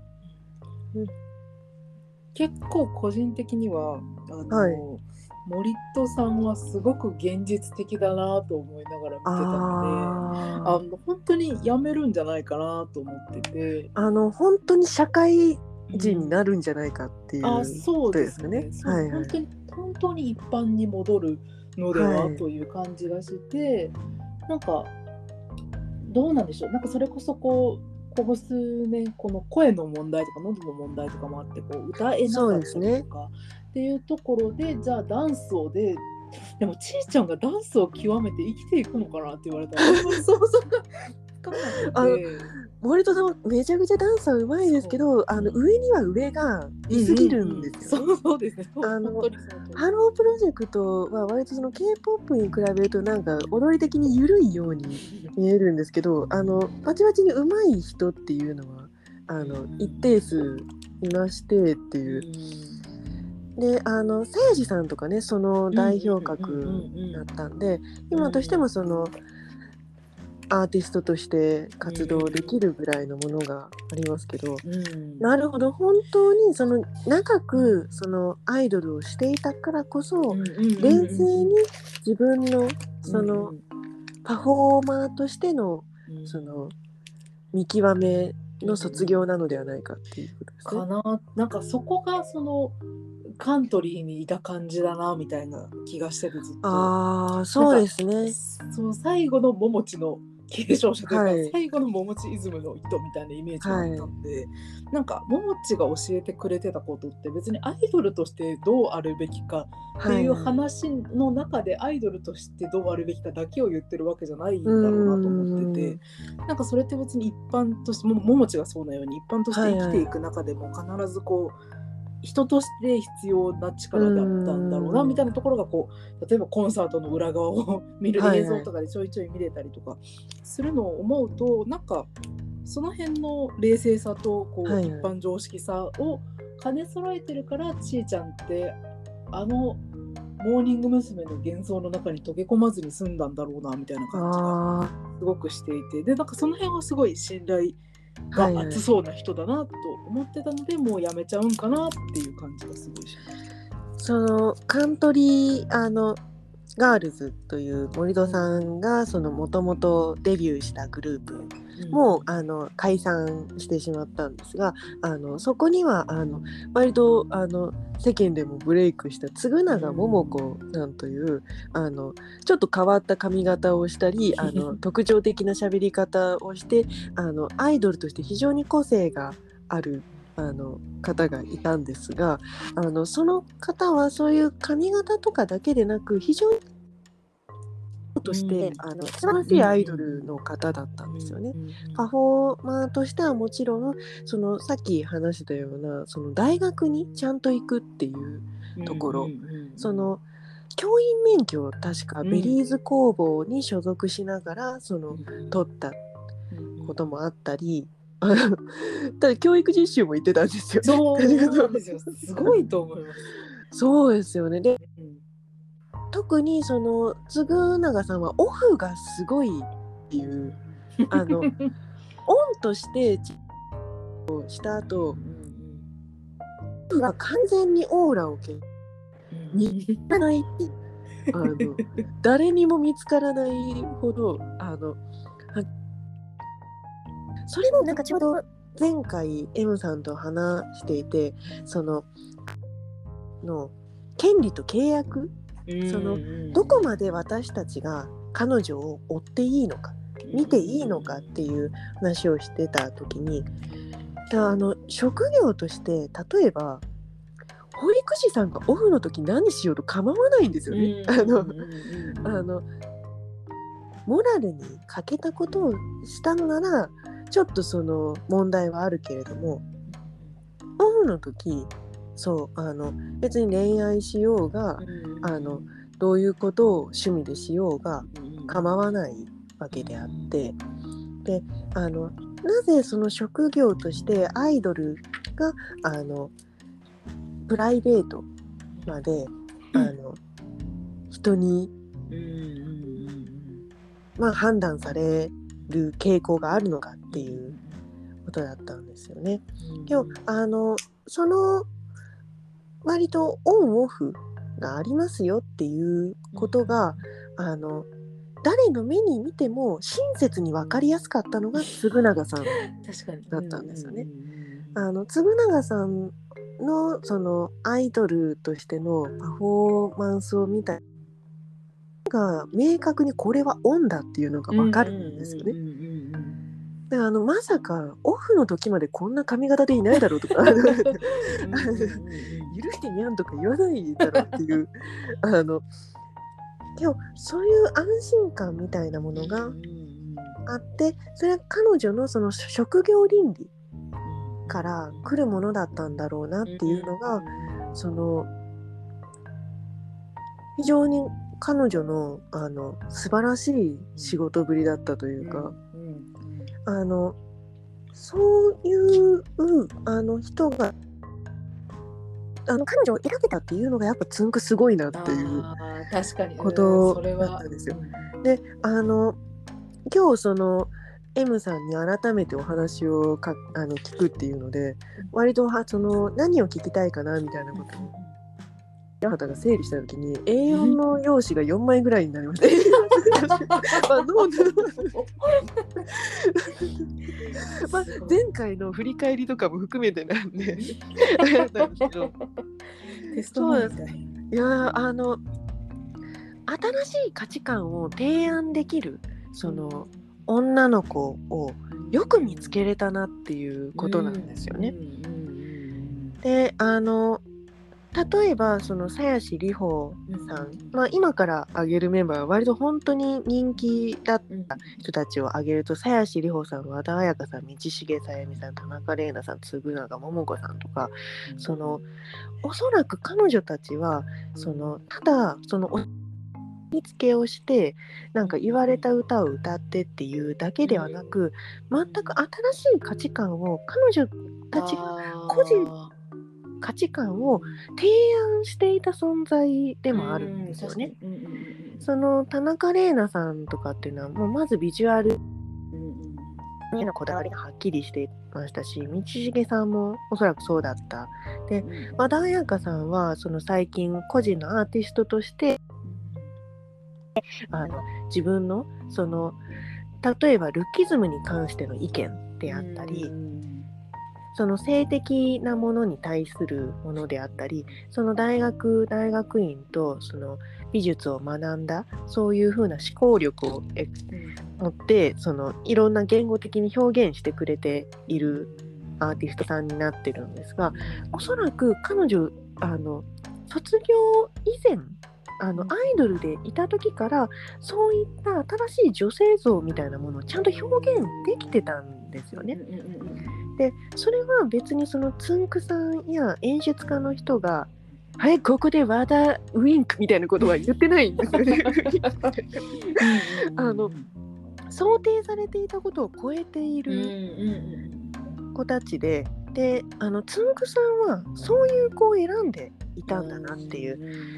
結構個人的には森戸さんはすごく現実的だなと思いながら見てたので、本当にやめるんじゃないかなと思ってて、 本当に社会人になるんじゃないかっていうことですよね。 本当に一般に戻るのでは、という感じがして、なんかどうなんでしょう。なんかそれこそここ数年この声の問題とか喉の問題とかもあって歌えなかったりとかっていうところで、じゃあダンスをでもちーちゃんがダンスを極めて生きていくのかなって言われたら想像がつかなくて、 森戸さんはめちゃくちゃダンスはうまいですけど、上には上がいすぎるんですよね。 そうですね。 ハロープロジェクトは割とその K-POP に比べるとなんか踊り的に緩いように見えるんですけど、バチバチにうまい人っていうのは一定数いましてっていう。で誠司さんとかね、その代表格だったんで、今としてもそのアーティストとして活動できるぐらいのものがありますけど、なるほど、本当にその長くそのアイドルをしていたからこそ、冷静に自分のそのパフォーマーとしてのその見極めの卒業なのではないかっていうことですね。 かな。なんかそこがそのカントリーにいた感じだなみたいな気がしてて、ずっと。 そうですね。 その最後の桃地の継承者というか、最後の桃地イズムの人みたいなイメージがあったんで、なんか桃地が教えてくれてたことって別にアイドルとしてどうあるべきかっていう話の中で、アイドルとしてどうあるべきかだけを言ってるわけじゃないんだろうなと思ってて、なんかそれって別に一般として桃地がそうなように一般として生きていく中でも必ず人として必要な力だったんだろうなみたいなところが例えばコンサートの裏側を見る映像とかでちょいちょい見れたりとかするのを思うと、なんかその辺の冷静さと一般常識さを兼ね揃えてるから、ちーちゃんってモーニング娘。の幻想の中に溶け込まずに済んだんだろうなみたいな感じがすごくしていて、でなんかその辺はすごい信頼が熱そうな人だなと思ってたので、もうやめちゃうんかなっていう感じがすごいしました。 そのカントリーガールズという森戸さんがもともとデビューしたグループもう解散してしまったんですが、そこには割と世間でもブレイクした嗣永桃子さんというちょっと変わった髪型をしたり特徴的な喋り方をしてアイドルとして非常に個性がある方がいたんですが、その方はそういう髪型とかだけでなく非常にとして素晴らしいアイドルの方だったんですよね。パフォーマーとしてはもちろんさっき話したような大学にちゃんと行くっていうところ、教員免許を確かベリーズ工房に所属しながら取ったこともあったり、ただ教育実習も行ってたんですよ。 そうなんですよ。すごいと思います。 そうですよね。で、特に嗣永さんはオフがすごいっていうオンとしてした後オフが完全にオーラを消見つからない誰にも見つからないほどそれもなんかちょうど前回 M さんと話していての権利と契約どこまで私たちが彼女を追っていいのか見ていいのかっていう話をしてた時に職業として例えば保育士さんがオフの時何しようと構わないんですよね。モラルに欠けたことをしたのならちょっと問題はあるけれどもオフの時別に恋愛しようがどういうことを趣味でしようが構わないわけであってでなぜ職業としてアイドルがプライベートまで人に判断される傾向があるのかっていうことだったんですよね。でも割とオンオフがありますよっていうことが誰の目に見ても親切に分かりやすかったのが嗣永さんだったんですよね。嗣永さんのアイドルとしてのパフォーマンスを見たが明確にこれはオンだっていうのが分かるんですよね。でまさかオフの時までこんな髪型でいないだろうとか許してにゃんとか言わないだろうっていうでもそういう安心感みたいなものがあってそれは彼女の職業倫理から来るものだったんだろうなっていうのが非常に彼女の素晴らしい仕事ぶりだったというかそういう人が彼女を描けたっていうのがやっぱつんくすごいなっていうことだったんですよ。で今日M さんに改めてお話を聞くっていうので割と何を聞きたいかなみたいなことを山形が整理した時に A4 の用紙が4枚ぐらいになりました前回の振り返りとかも含めてなんでなんですけどテスト前みたい。 いや新しい価値観を提案できる女の子をよく見つけれたなっていうことなんですよね。で例えば鞘師里穂さん、今から挙げるメンバーは割と本当に人気だった人たちを挙げると鞘師里穂さん、和田彩香さん、道重さゆみさん、田中玲奈さん、嗣永桃子さんとかおそらく彼女たちはただ見つけをしてなんか言われた歌を歌ってっていうだけではなく全く新しい価値観を彼女たちが個人価値観を提案していた存在でもあるんですよね。田中玲奈さんとかっていうのはもうまずビジュアルのこだわりがはっきりしていましたし、道重さんもおそらくそうだった。で、和田彩香さんは最近個人のアーティストとして自分の例えばルッキズムに関しての意見であったり、その性的なものに対するものであったり、その大学院とその美術を学んだそういうふうな思考力を持ってそのいろんな言語的に表現してくれているアーティストさんになってるんですが、おそらく彼女卒業以前アイドルでいた時からそういった新しい女性像みたいなものをちゃんと表現できてたんですよね。でそれは別にそのつんくさんや演出家の人がはいここで和田ウインクみたいなことは言ってないんですよね。想定されていたことを超えている子たちで、つんくさんはそういう子を選んでいたんだなっていう、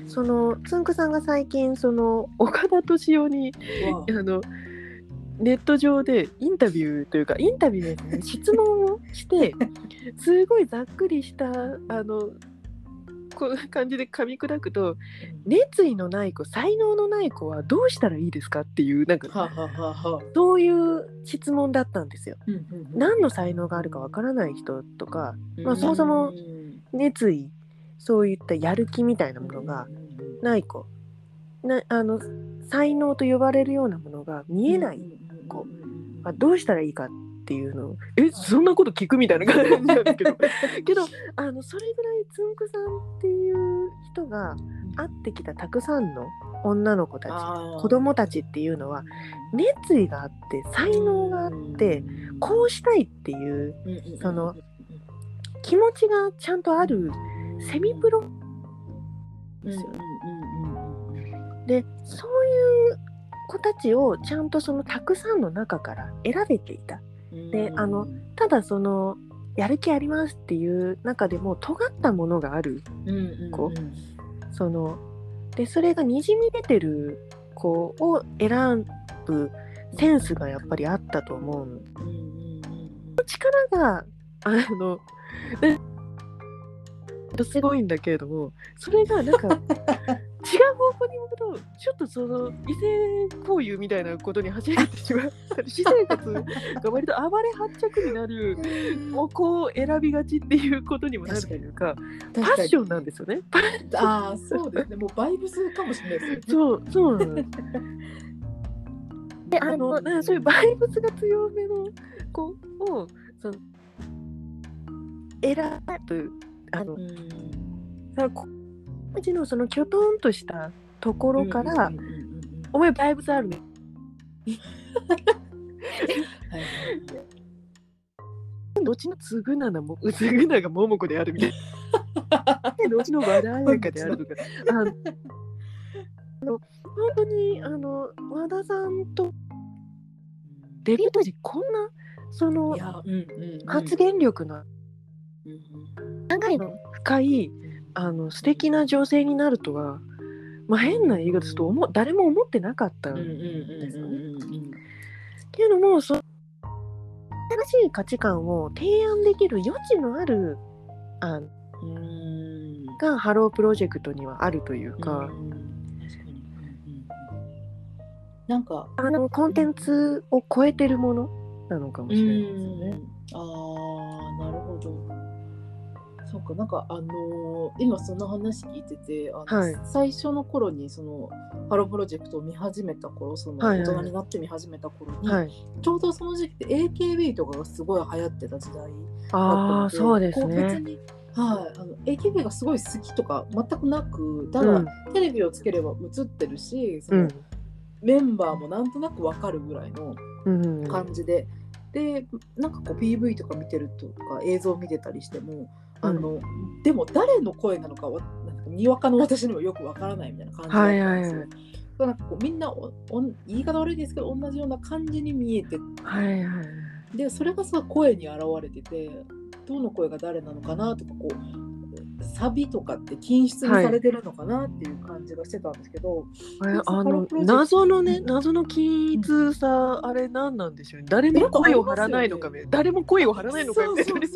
そのつんくさんが最近その岡田敏夫にネット上でインタビューですね、質問をしてすごいざっくりしたこういう感じで噛み砕くと、熱意のない子、才能のない子はどうしたらいいですかっていうなんかそういう質問だったんですよ。何の才能があるかわからない人とか、そもそも熱意、そういったやる気みたいなものがない子、才能と呼ばれるようなものが見えない子、どうしたらいいかっていうのをそんなこと聞くみたいな感じなんですけどそれぐらいつんくさんっていう人が会ってきたたくさんの女の子たち、子供たちっていうのは熱意があって才能があってこうしたいっていうその気持ちがちゃんとあるセミプロですよね。でそういう子たちをちゃんとそのたくさんの中から選べていた。でただそのやる気ありますっていう中でも尖ったものがある子、でそれがにじみ出てる子を選ぶセンスがやっぱりあったと思う。力がすごいんだけれども、それがなんか違う方向に向くとちょっとその異性交友みたいなことに走ってしまう私生活が割と暴れ発着になるをこう選びがちっていうことにもなるというか、パッションなんですよね。 そうですね、もうバイブスかもしれないですよね。 そうなんですでそういうバイブスが強めの子をその選ぶうちのそのきょとんとしたところから、お前バイブスあるねどっちのつぐなが桃子であるみたいなどっちの和田彩香であるとか本当に和田さんとデビュー当時こんなその発言力の長いの深い素敵な女性になるとは、変な言い方すると誰も思ってなかったんですよね。っていうのも新しい価値観を提案できる余地のあるがハロープロジェクトにはあるというか、 なんかコンテンツを超えてるものなのかもしれないですよね。 なるほど。そうか、なんか今その話聞いてて最初の頃にそのハロープロジェクトを見始めた頃、その大人になって見始めた頃に、ちょうどその時期って AKB とかがすごい流行ってた時代だったので、 そうですね。 別にAKB がすごい好きとか全くなく、ただ、テレビをつければ映ってるし、そのメンバーもなんとなく分かるぐらいの感じで、でなんかこう PV とか見てるとか映像見てたりしてもでも誰の声なのかなんかにわかの私にもよくわからないみたいな感じだったんですよ。なんかこうみんな言い方悪いですけど同じような感じに見えて、でそれがさ声に現れてて、どの声が誰なのかなとか、こうサビとかって均質にされてるのかなっていう感じがしてたんですけど、 謎の均一さ、あれ何なんでしょうね。誰も声を張らないのか、誰も声を張らないのかみたいな。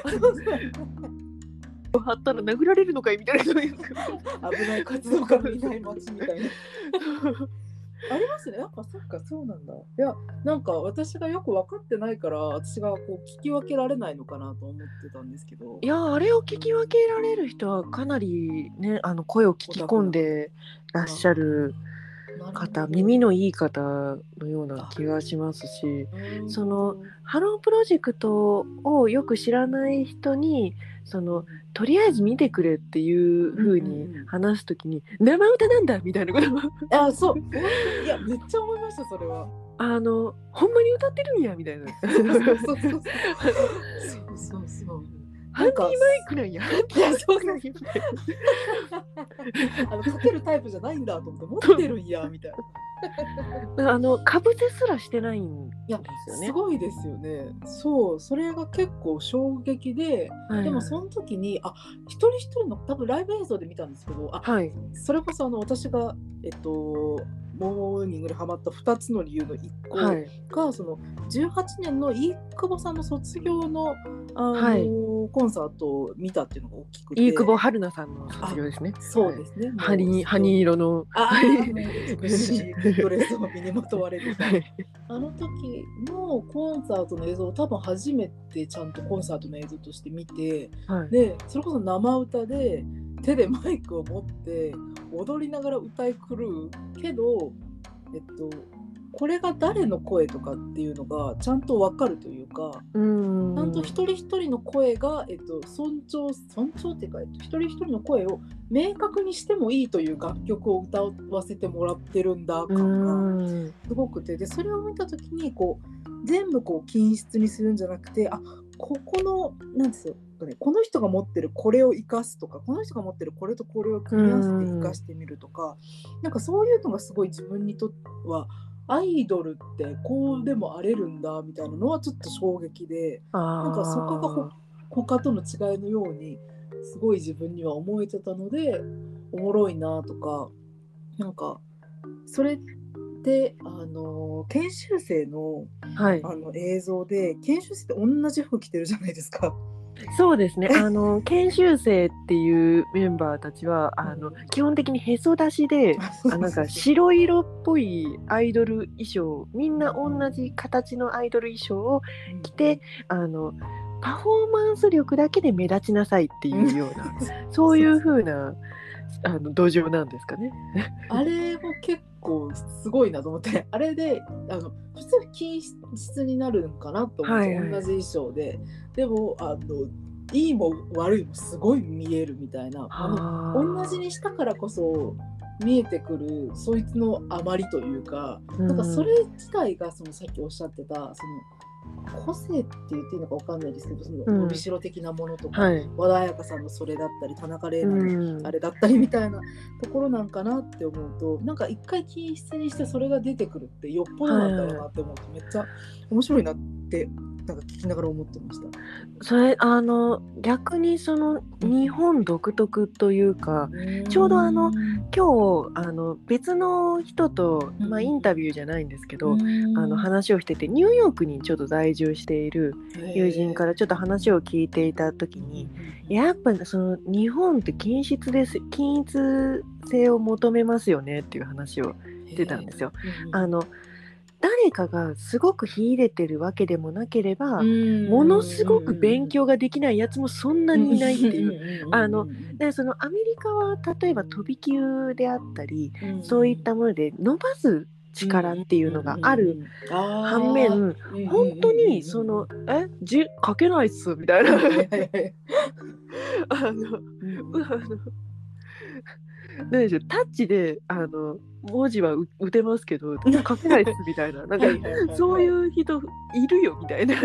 張ったら殴られるのかいみたいな。 危ない活動家のいない街みたいな。 ありますね。やっぱそっか、そうなんだ。いや、なんか私がよく分かってないから、私がこう聞き分けられないのかなと思ってたんですけど。 いや、あれを聞き分けられる人はかなりね、声を聞き込んでらっしゃる方、耳のいい方のような気がしますし、そのハロープロジェクトをよく知らない人にとりあえず見てくれっていう風に話すときに、生歌なんだみたいなこともあ、そう、いやめっちゃ思いました。それはほんまに歌ってるんやみたいな。 そうハンディマイクなんや。 かけるタイプじゃないんだと思って、持ってるんやみたいな。かぶせすらしてないんですよね。 すごいですよね。そう、それが結構衝撃で、でもその時に一人一人の多分ライブ映像で見たんですけど、それこそ私がモーニングにハマった2つの理由の1個が、その18年の飯久保さんの卒業の、コンサートを見たっていうのが大きくて、 飯久保春菜さんの卒業ですね。 そうですね。 ハニー色の美しいドレスを身にまとわれてたあの時のコンサートの映像を多分初めてちゃんとコンサートの映像として見て、でそれこそ生歌で手でマイクを持って踊りながら歌い狂うけど、これが誰の声とかっていうのがちゃんと分かるというか、ちゃんと一人一人の声が、尊重っていうか、一人一人の声を明確にしてもいいという楽曲を歌わせてもらってるんだ感がすごくて、でそれを見た時に全部均質にするんじゃなくて、ここのなんですよ、この人が持ってるこれを生かすとか、この人が持ってるこれとこれを組み合わせて生かしてみるとか、なんかそういうのがすごい自分にとってはアイドルってこうでもあれるんだみたいなのはちょっと衝撃で、なんかそこが他との違いのようにすごい自分には思えてたので、おもろいなとか、なんかそれで研修生の、映像で研修生って同じ服着てるじゃないですか。 そうですね。研修生っていうメンバーたちは基本的にへそ出しでなんか白色っぽいアイドル衣装、みんな同じ形のアイドル衣装を着て、パフォーマンス力だけで目立ちなさいっていうようなそういう風な土壌なんですかね。 あれも結構すごいなと思って、あれで普通均質になるんかなと思って、同じ衣装で、でもいいも悪いもすごい見えるみたいな、同じにしたからこそ見えてくるそいつの余りというか、なんかそれ自体がさっきおっしゃってた個性って言っていいのか分かんないですけど、伸びしろ的なものとか、和田彩香さんのそれだったり、田中玲奈のあれだったりみたいなところなんかなって思うと、なんか一回均質にしてそれが出てくるってよっぽどなんだろうなって思うと、めっちゃ面白いなってなんか聞きながら思ってました。 それ逆に日本独特というか、ちょうど今日別の人と、インタビューじゃないんですけど、話をしてて、ニューヨークにちょっと在住している友人からちょっと話を聞いていた時に、やっぱ日本って均一性を求めますよねっていう話をしてたんですよ。誰かがすごく秀でてるわけでもなければ、ものすごく勉強ができないやつもそんなにいないっていう、でアメリカは例えば飛び級であったり、そういったもので伸ばす力っていうのがある反面、本当に書けないっすみたいななんでしょう、タッチで文字は打てますけど書けないっすみたいな、なんかそういう人いるよみたいな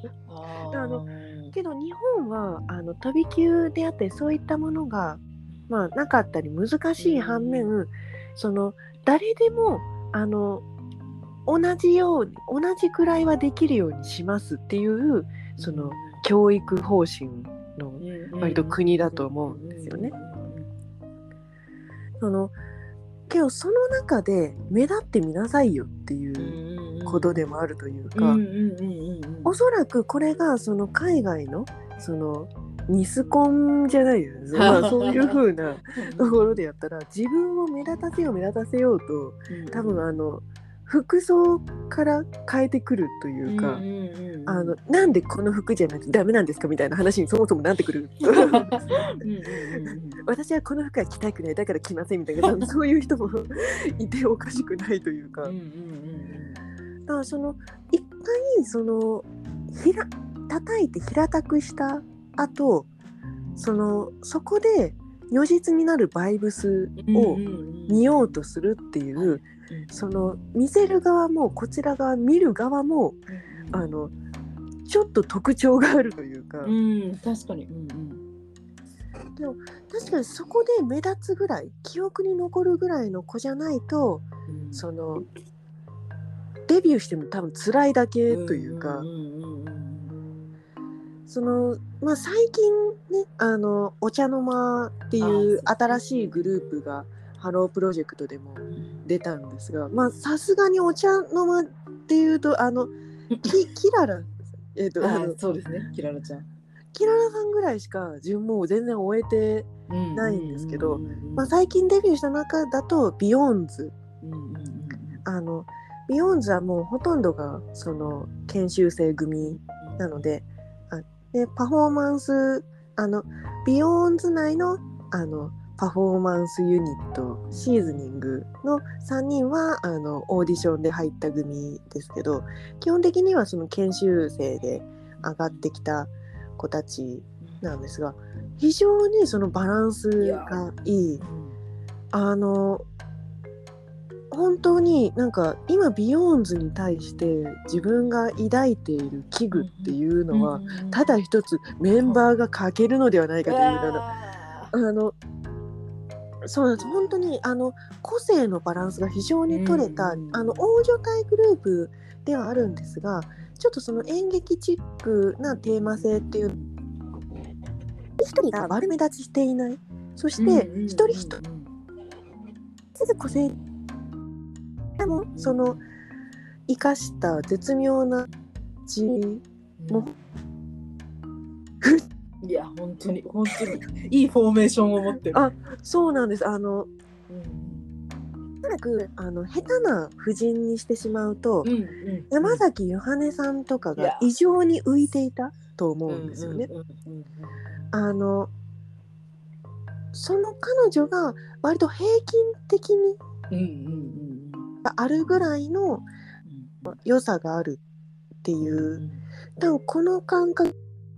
けど日本は飛び級であったりそういったものがなかったり難しい反面、誰でも同じくらいはできるようにしますっていう教育方針の割と国だと思うんですよね。けどその中で目立ってみなさいよっていうことでもあるというか、おそらくこれが海外のミスコンじゃないです、まあ、そういう風なところでやったら自分を目立たせようと多分服装から変えてくるというか、なんでこの服じゃなくてダメなんですかみたいな話にそもそもなってくる私はこの服は着たくないだから着ませんみたいなそういう人もいておかしくないというか、だからその一回その叩いて平たくした後そこで如実になるバイブスを見ようとするっていう、その見せる側もこちら側見る側もちょっと特徴があるというか、 確かに、 でも確かにそこで目立つぐらい記憶に残るぐらいの子じゃないと、そのデビューしても多分辛いだけというか、まあ、最近ねお茶の間っていう新しいグループがハロープロジェクトでも出たんですが、まあさすがにお茶の間っていうとキララそうですね、キララちゃんさんぐらいしか自分もう全然終えてないんですけど、まあ、最近デビューした中だとビヨーンズ、ビヨーンズはもうほとんどがその研修生組なので、でパフォーマンスビヨーンズ内のパフォーマンスユニットシーズニングの3人はオーディションで入った組ですけど、基本的にはその研修生で上がってきた子たちなんですが、非常にそのバランスがいい。本当になんか今ビヨーンズに対して自分が抱いている危惧っていうのはただ一つメンバーが欠けるのではないかというようなそうなんです。本当に個性のバランスが非常に取れた大所帯グループではあるんですが、ちょっとその演劇チックなテーマ性っていう一人が悪目立ちしていない、そして一人一人ずつ個性でもその生かした絶妙な字も、 いや本当にいいフォーメーションを持ってる。 そうなんです。おそらく下手な布陣にしてしまうと、山崎ゆはねさんとかが異常に浮いていたと思うんですよね。その彼女が割と平均的にあるぐらいの良さがあるっていう、多分この感覚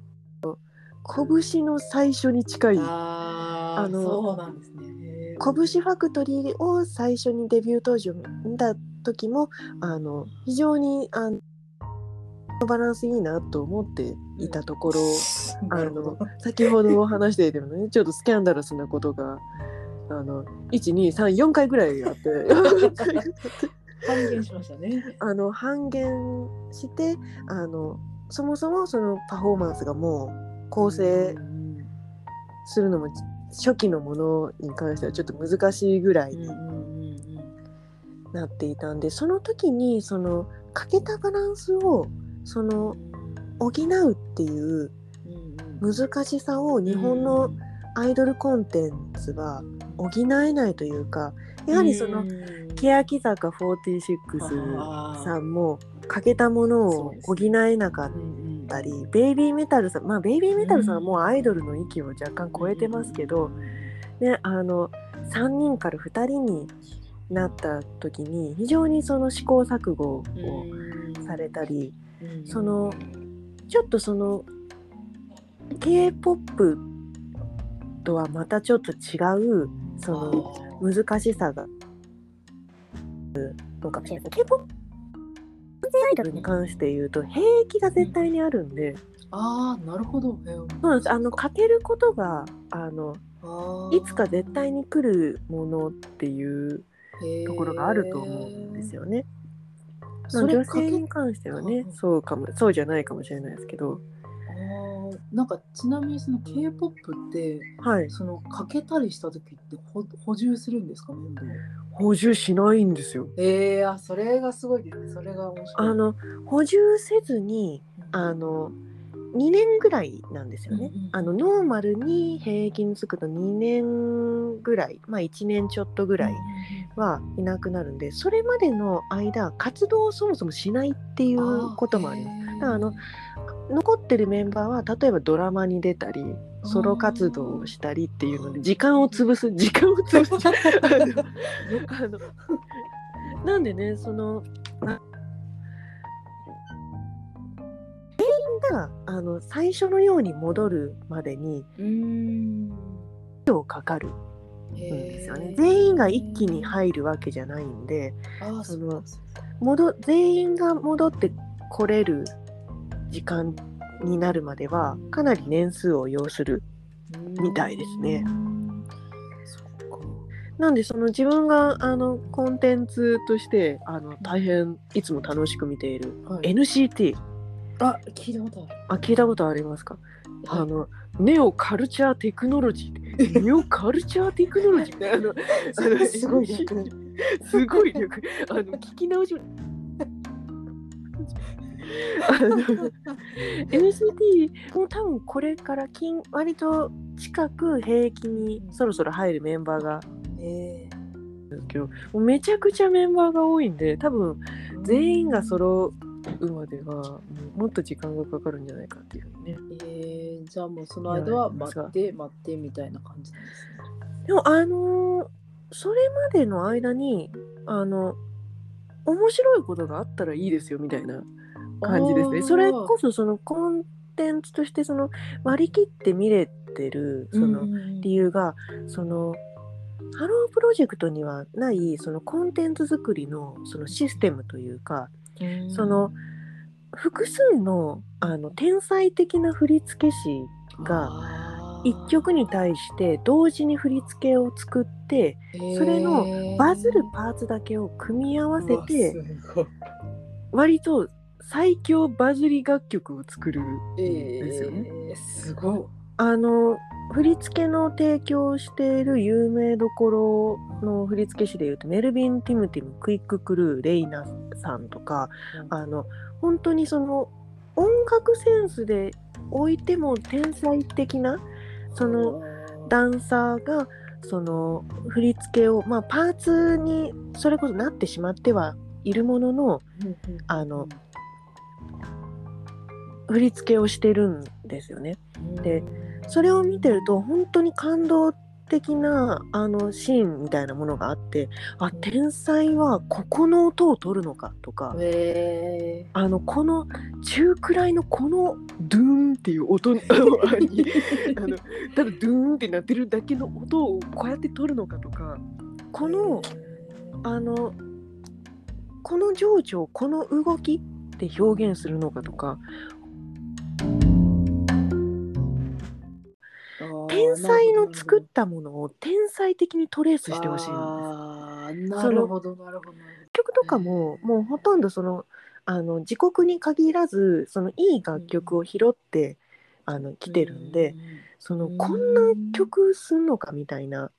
拳の最初に近い。 そうなんですね。 拳ファクトリーを最初にデビュー当時を見た時も非常にバランスいいなと思っていたところ、先ほど話していてもね、ちょっとスキャンダラスなことが1,2,3,4 回ぐらいあって半減しましたね。 半減してそもそもそのパフォーマンスがもう構成するのも初期のものに関してはちょっと難しいぐらいになっていたんで、その時にその欠けたバランスを補うっていう難しさを日本のアイドルコンテンツは補えないというか、やはりその欅坂46さんも欠けたものを補えなかったり、ベイビーメタルさん、ベイビーメタルさんはもうアイドルの域を若干超えてますけど、ね、3人から2人になった時に非常にその試行錯誤をされたり、ちょっとその K-POP とはまたちょっと違うその難しさがどうかもしれないです。K-POP アイドルに関して言うと兵役が絶対にあるんで、 なるほど。 そうなんです。かけることがいつか絶対に来るものっていうところがあると思うんですよね。女性に関してはね、そうじゃないかもしれないですけど。 なんかちなみにその K-POP って、そのかけたりした時って補充するんですかね？ 補充しないんですよ。 それがすごいですね。それが面白い。 補充せずに 2年ぐらいなんですよね。ノーマルに平均つくと2年ぐらい、1年ちょっとぐらいはいなくなるんで、それまでの間活動をそもそもしないっていうこともあります。だから残ってるメンバーは例えばドラマに出たりソロ活動をしたりっていうので時間を潰すなんでね、その最初のように戻るまでにかかるんですよね。全員が一気に入るわけじゃないんで、全員が戻ってこれる時間になるまではかなり年数を要するみたいですね。なんでその自分がコンテンツとして大変いつも楽しく見ている、NCT。 聞いたことある。 聞いたことありますか？ネオカルチャーテクノロジーネオカルチャーテクノロジーってすごい略すごい略聞き直しNCT も多分これから割と近く兵役にそろそろ入るメンバーがですけど、もうめちゃくちゃメンバーが多いんで、多分全員が揃うまではもっと時間がかかるんじゃないかっていうふうにね。 じゃあもうその間は待ってみたいな感じなんですね。 でもそれまでの間に面白いことがあったらいいですよみたいな感じですね。それこそそのコンテンツとしてその割り切って見れてるその理由が、そのハロープロジェクトにはないそのコンテンツ作りのそのシステムというか、その複数の天才的な振付師が一曲に対して同時に振り付けを作って、それのバズるパーツだけを組み合わせて割と最強バズり楽曲を作るんですよね。 すごい。 振り付けの提供をしている有名どころの振付師でいうとメルビン・ティムティム、クイック・クルー、レイナさんとか、本当にその音楽センスでおいても天才的なそのダンサーがその振り付けを、パーツにそれこそなってしまってはいるものの、振り付けをしてるんですよね。でそれを見てると本当に感動的なシーンみたいなものがあって、天才はここの音を取るのかとか、この中くらいのこのドゥーンっていう音にただドゥーンってなってるだけの音をこうやって取るのかとか、この情緒、この動きで表現するのかとか、天才の作ったものを天才的にトレースしてほしいんです。 なるほど。 曲とかももうほとんどその自国に限らずそのいい楽曲を拾って来てるんで、そのこんな曲すんのかみたいな、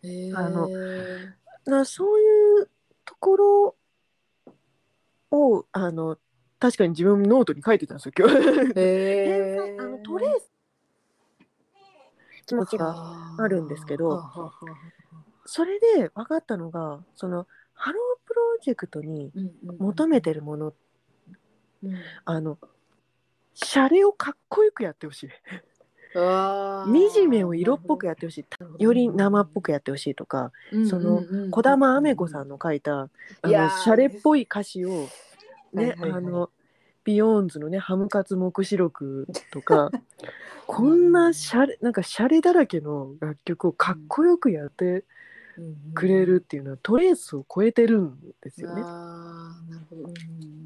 そういうところを確かに自分ノートに書いてたんですよ今日。天才トレース気持ちがあるんですけど、それで分かったのが、そのハロープロジェクトに求めてるもの、シャレをかっこよくやってほしい。惨めを色っぽくやってほしい、より生っぽくやってほしいとか、その児玉雨子さんの書いたシャレっぽい歌詞をね、ビヨーンズのねハムカツ黙示録とかこんななんかシャレだらけの楽曲をかっこよくやってくれるっていうのはトレースを超えてるんですよね。 なるほど。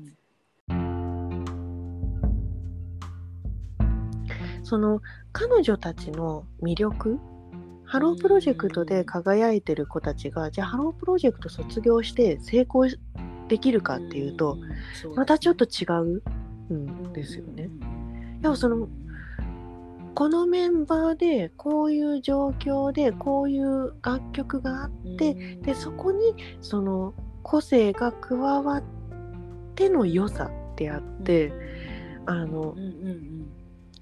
その彼女たちの魅力、ハロープロジェクトで輝いてる子たちがじゃあハロープロジェクト卒業して成功できるかっていうとまたちょっと違うんですよね。でもこのメンバーでこういう状況でこういう楽曲があって、でそこにその個性が加わっての良さであって、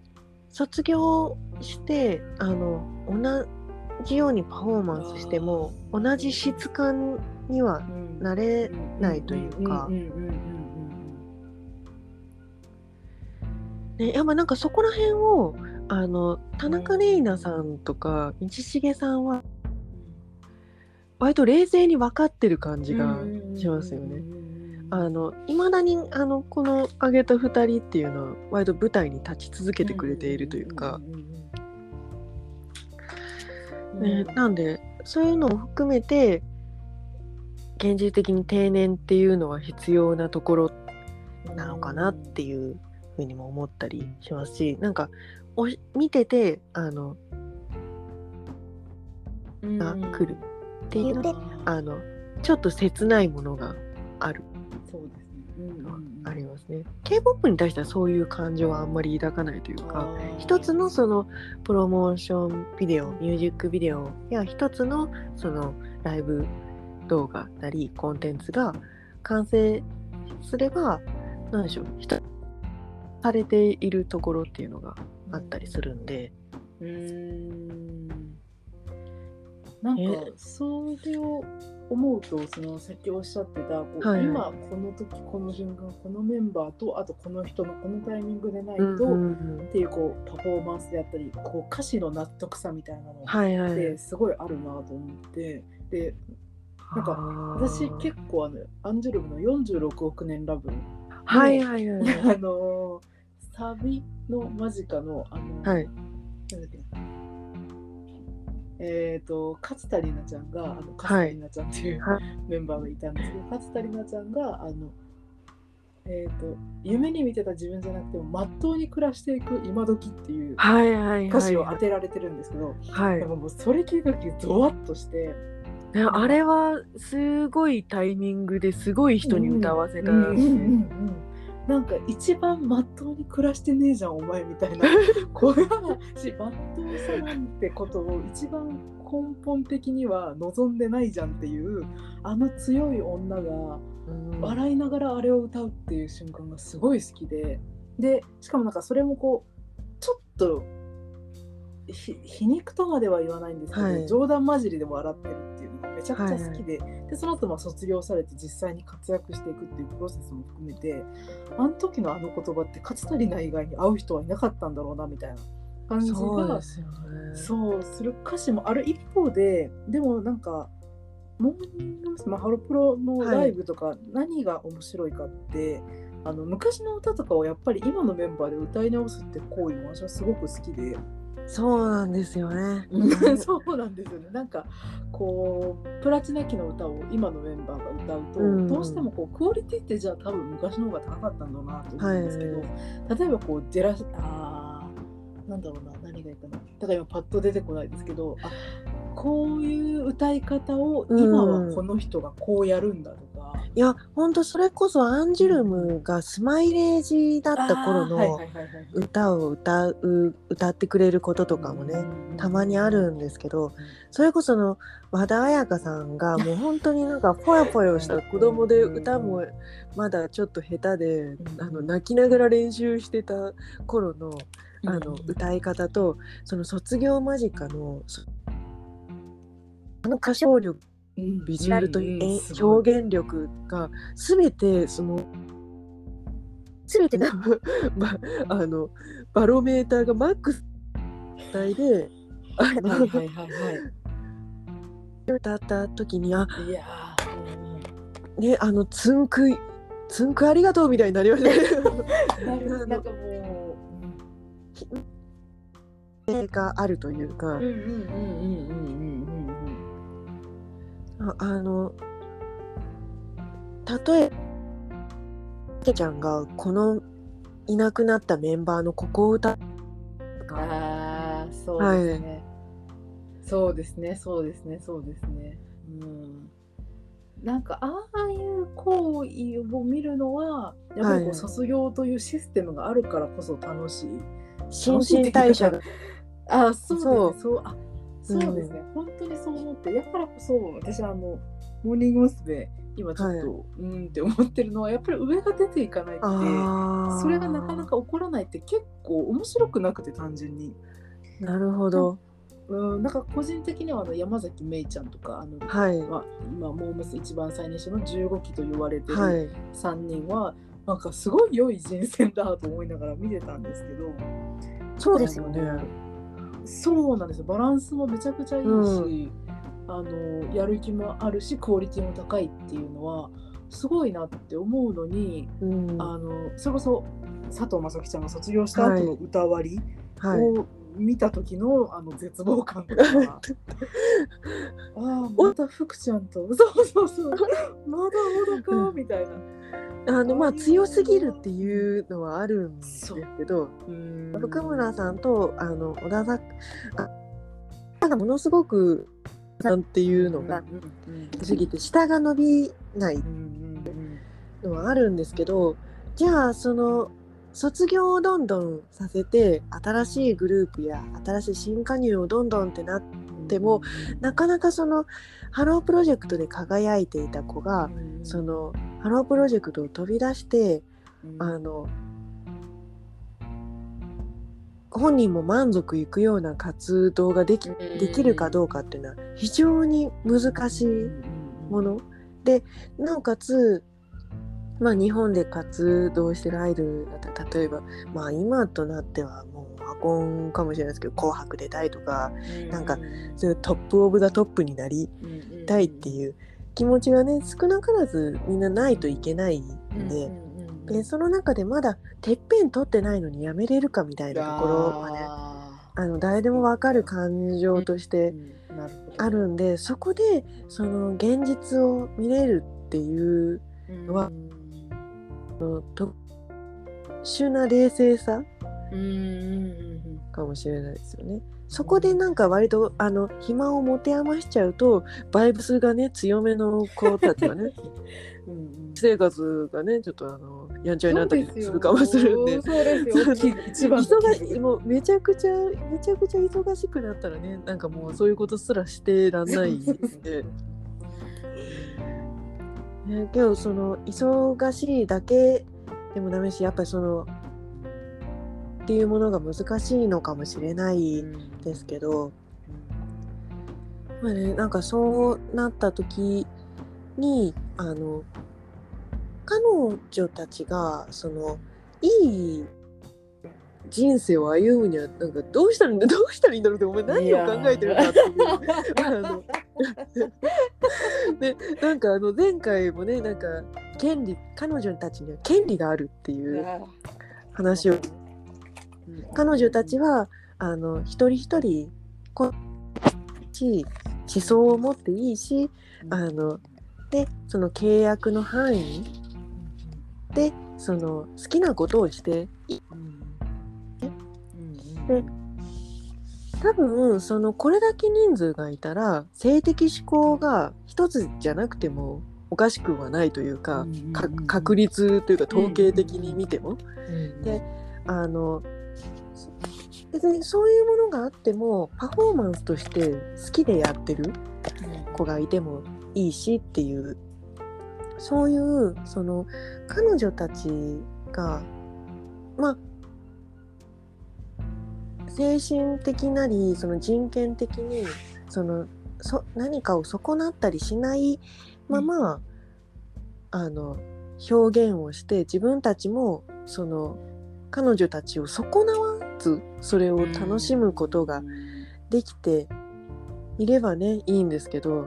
卒業して同じようにパフォーマンスしても同じ質感にはなれないというか、やっぱなんかそこら辺を田中玲奈さんとか道重さんは割と冷静に分かってる感じがしますよね。いまだにこの挙げた2人っていうのは割と舞台に立ち続けてくれているというか、なんでそういうのを含めて現実的に定年っていうのは必要なところなのかなっていうふうにも思ったりしますし、なんか見ててが来るっていうのでちょっと切ないものがある。 そうですね、 ありますね。K-POP に対してはそういう感情はあんまり抱かないというか、一つのそのプロモーションビデオ、ミュージックビデオや一つのそのライブ動画なりコンテンツが完成すれば、なんでしょう、されているところっていうのがあったりするんで、 なんかそれを思うと、そのさっきおっしゃってた今この時この瞬間このメンバーとあとこの人のこのタイミングでないと、っていうパフォーマンスであったり歌詞の納得さみたいなのってすごいあるなと思って、でなんか私結構アンジュルムの46億年ラブサビの間近のなんだっけ勝田里奈ちゃんが勝田里奈ちゃんっていうメンバーがいたんですけど、勝田里奈ちゃんが夢に見てた自分じゃなくてもまっとうに暮らしていく今時っていう歌詞を当てられてるんですけど、でももうそれ聞いた時ゾワッとして、 あれはすごいタイミングですごい人に歌わせた、 なんか一番まっとうに暮らしてねえじゃんお前みたいなこれはまっとうさなんてことを一番根本的には望んでないじゃんっていう強い女が笑いながらあれを歌うっていう瞬間がすごい好きで、しかもなんかそれもちょっと皮肉とまでは言わないんですけど、冗談交じりでも笑ってるっていうのがめちゃくちゃ好きで、でその後卒業されて実際に活躍していくっていうプロセスも含めて、あの時の言葉って勝田里奈以外に会う人はいなかったんだろうなみたいな感じがそうする歌詞もある一方で、でもなんかモーニング娘。ハロプロのライブとか何が面白いかって、昔の歌とかをやっぱり今のメンバーで歌い直すって行為も私はすごく好きで。 そうなんですよね。 そうなんですよね。なんかプラチナ期の歌を今のメンバーが歌うと、どうしてもクオリティってじゃあ多分昔の方が高かったんだなと思うんですけど、例えばなんだろうな、何がいいかな。だから今パッと出てこないですけど、こういう歌い方を今はこの人がこうやるんだとか、 いや本当それこそアンジュルムがスマイレージだった頃の歌を歌ってくれることとかもね、たまにあるんですけど、それこそ和田彩花さんがもう本当になんかぽよぽよした子供で歌もまだちょっと下手で泣きながら練習してた頃の歌い方と、その卒業間近の歌唱力、ビジュアルと表現力が全てバロメーターがマックス帯で歌った時につんくありがとうみたいになりましたね。 なんかもうがあるというか、例えばけちゃんがこのいなくなったメンバーのここを歌うとか、 そうですね、そうですね、そうですね、そうですね。なんかああいう行為を見るのはやっぱり卒業というシステムがあるからこそ楽しい。 新陳代謝がそうですね、本当にそう思って、だからこそ私はモーニング娘。 今ちょっと、って思ってるのはやっぱり上が出ていかないってそれがなかなか起こらないって結構面白くなくて単純に。 なるほど。 なんか個人的には山崎めいちゃんとか今モームス一番最年少の15期と言われてる3人は、なんかすごい良い人選だと思いながら見てたんですけど。 そうですよね。 そうなんですよ。バランスもめちゃくちゃいいし、やる気もあるしクオリティも高いっていうのはすごいなって思うのに、それこそ佐藤正樹ちゃんが卒業した後の歌割りを見た時の絶望感とかまた福ちゃんとそうまだまだかみたいな強すぎるっていうのはあるんですけど、福村さんと小田さんただものすごくさんっていうのが過ぎて下が伸びないのはあるんですけど、じゃあその卒業をどんどんさせて新しいグループや新しい新加入をどんどんってなっても、なかなかそのハロープロジェクトで輝いていた子が、そのハロープロジェクトを飛び出して、本人も満足いくような活動ができるかどうかっていうのは非常に難しいもので、なおかつ日本で活動してるアイドルだったら、例えば今となってはもうアコンかもしれないですけど、紅白出たいとか、なんかそういうトップオブザトップになりたいっていう気持ちがね、少なからずみんなないといけないんで、その中でまだてっぺん取ってないのにやめれるかみたいなところはね、誰でも分かる感情としてあるんで、そこでその現実を見れるっていうのは、特殊な冷静さかもしれないですよね。そこでなんか割と暇を持て余しちゃうと、バイブスがね強めの子たちはね生活がねちょっとやんちゃになったりするかもするんで、 そうですよ。 忙しい、もうめちゃくちゃ忙しくなったらね、なんかもうそういうことすらしてらんないんでけどその忙しいだけでもダメし、やっぱりそのっていうものが難しいのかもしれないですけど、なんかそうなった時に彼女たちがそのいい人生を歩むにはなんかどうしたらいいんだろうって、お前何を考えてるんだっていうで、なんか前回もね、なんか彼女たちには権利があるっていう話を、彼女たちは一人一人思想を持っていいし、でその契約の範囲でその好きなことをしていい、で多分そのこれだけ人数がいたら性的指向が一つじゃなくてもおかしくはないというか、確率というか統計的に見ても、で別にそういうものがあってもパフォーマンスとして好きでやってる子がいてもいいしっていう、そういうその彼女たちが精神的なりその人権的に何かを損なったりしないまま、表現をして自分たちもその彼女たちを損なわずそれを楽しむことができていればねいいんですけど、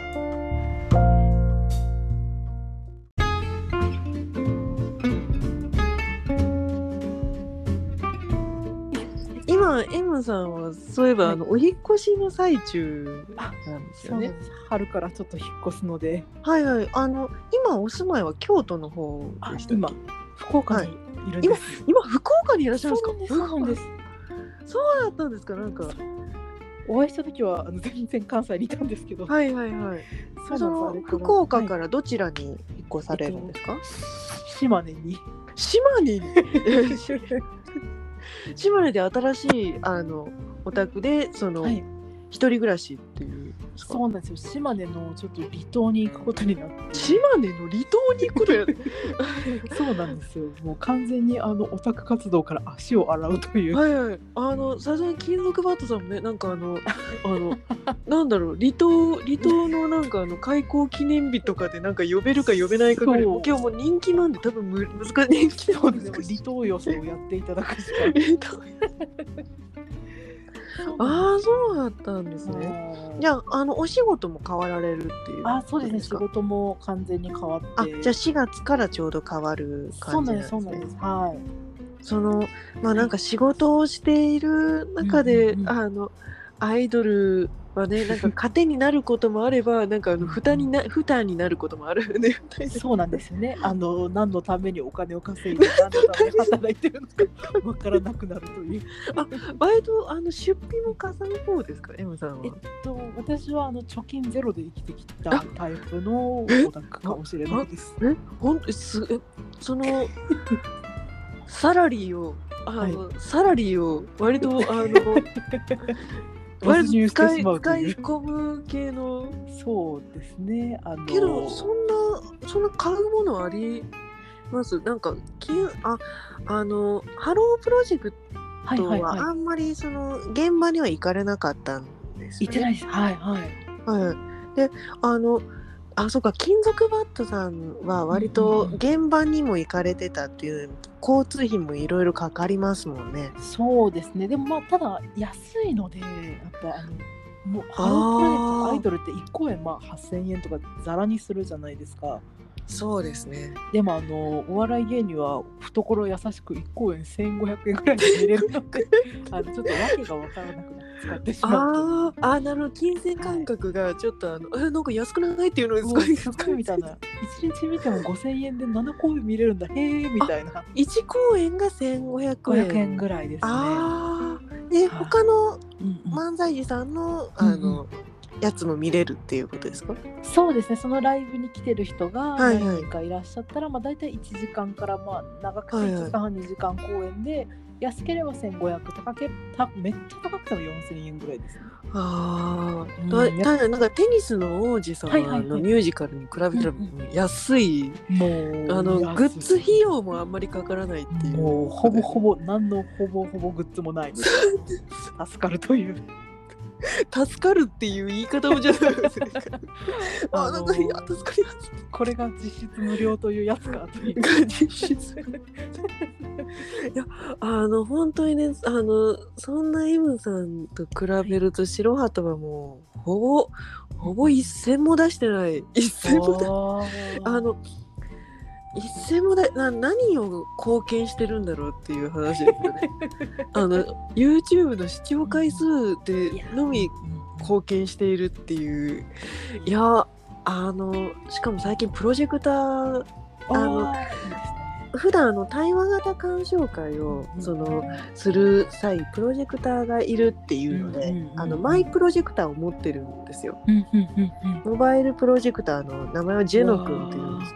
今 M さんはそういえばお引越しの最中なんですよね。 そうです。春からちょっと引っ越すので、 はいはい、今お住まいは京都の方でしたっけ？ 今福岡にいるんです。 今福岡にいらっしゃるんですか？ そうなんです。 そうだったんですか。なんかお会いした時は全然関西にいたんですけど、 はいはいはい。その福岡からどちらに引っ越されるんですか？ 島根に島根で新しいお宅でその、一人暮らしっていう。 ですか？ そうなんですよ。島根のちょっと離島に行くことになって。 島根の離島に行くことやそうなんですよ。もう完全にオタク活動から足を洗うという。 はいはい。さすがに金属バットさんもね、なんかなんだろう、離島のなんか開港記念日とかでなんか呼べるか呼べないかぐらい、今日も人気なんで多分難しい。 そうですね。離島寄せをやっていただくしか。 ああ、そうだったんですね。じゃあお仕事も変わられるっていう。 そうですね。仕事も完全に変わって。 じゃあ4月からちょうど変わる感じなんですね。 そうなんです。はい。 なんか仕事をしている中で、アイドルはね、なんか糧になることもあれば、なんか負担になることもあるよね。 そうなんですよね。何のためにお金を稼いで、何のために働いてるのか分からなくなるという。 バイト出費もかさむ方ですか、Mさんは？ 私は貯金ゼロで生きてきたタイプのオタクかもしれないです。 サラリーを割と割と使い込む系の。 そうですね。 けどそんな買うものあります？なんかハロープロジェクトはあんまり現場には行かれなかったんですよね。 行ってないです。はい。 でそうか、金属バットさんは割と現場にも行かれてたっていう、交通費もいろいろかかりますもんね。 そうですね。でもただ安いので、やっぱもうハロープロジェクトアイドルって1公演8000円とかザラにするじゃないですか。 そうですね。 でもお笑い芸人は懐優しく1公演1500円ぐらいで見れるのでちょっと訳が分からなくなって使ってしまう。 なるほど。金銭感覚がちょっとなんか安くないっていうのですかみたいな。1日見ても5000円で7公演見れるんだ、へーみたいな。 1公演が1500円ぐらいですね。 で他の漫才師さんのやつも見れるっていうことですか？ そうですね。そのライブに来てる人が何人かいらっしゃったら、だいたい1時間から長くて1時間半2時間公演で、安ければ1500、めっちゃ高くても4000円ぐらいですね。 なんかテニスの王子様のミュージカルに比べたら安い。もうグッズ費用もあんまりかからないっていう。 もうほぼほぼグッズもない助かるという。 助かるっていう言い方もじゃないですね。なんか助かります。 これが実質無料というやつかという。 実質。いや本当にね、そんな M さんと比べると白旗はもうほぼ一銭も出してない。一銭も何を貢献してるんだろうっていう話ですよね。YouTube の視聴回数でのみ貢献しているっていう。いやしかも最近プロジェクター普段対話型鑑賞会をする際プロジェクターがいるっていうので、マイプロジェクターを持ってるんですよ。モバイルプロジェクターの名前はジェノ君っていうんです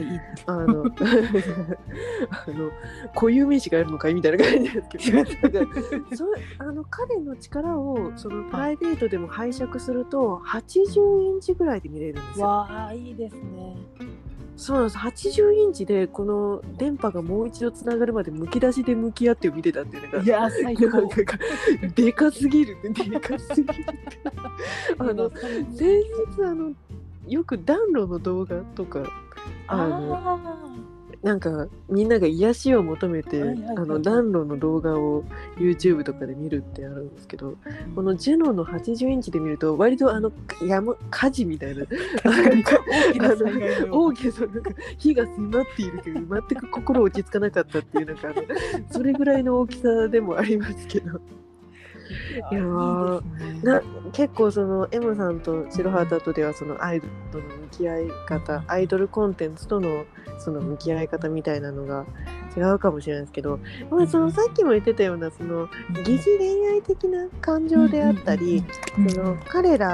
けど、固有名詞があるのかいみたいな感じですけど彼の力をプライベートでも拝借すると80インチぐらいで見れるんですよ。 わあ、いいですね。 そうなんです。80インチでこの電波がもう一度つながるまでむき出しで向き合って見てたっていうのが、 いや最高。 でかすぎる先日よく暖炉の動画とかなんかみんなが癒しを求めて暖炉の動画を YouTube とかで見るってあるんですけど、このジェノの80インチで見ると割と火事みたいな大きな火が迫っているけど全く心落ち着かなかったっていう、それぐらいの大きさでもありますけど。いや結構M さんと白旗とではアイドルとの向き合い方、アイドルコンテンツとの向き合い方みたいなのが違うかもしれないですけど、さっきも言ってたような疑似恋愛的な感情であったり、彼ら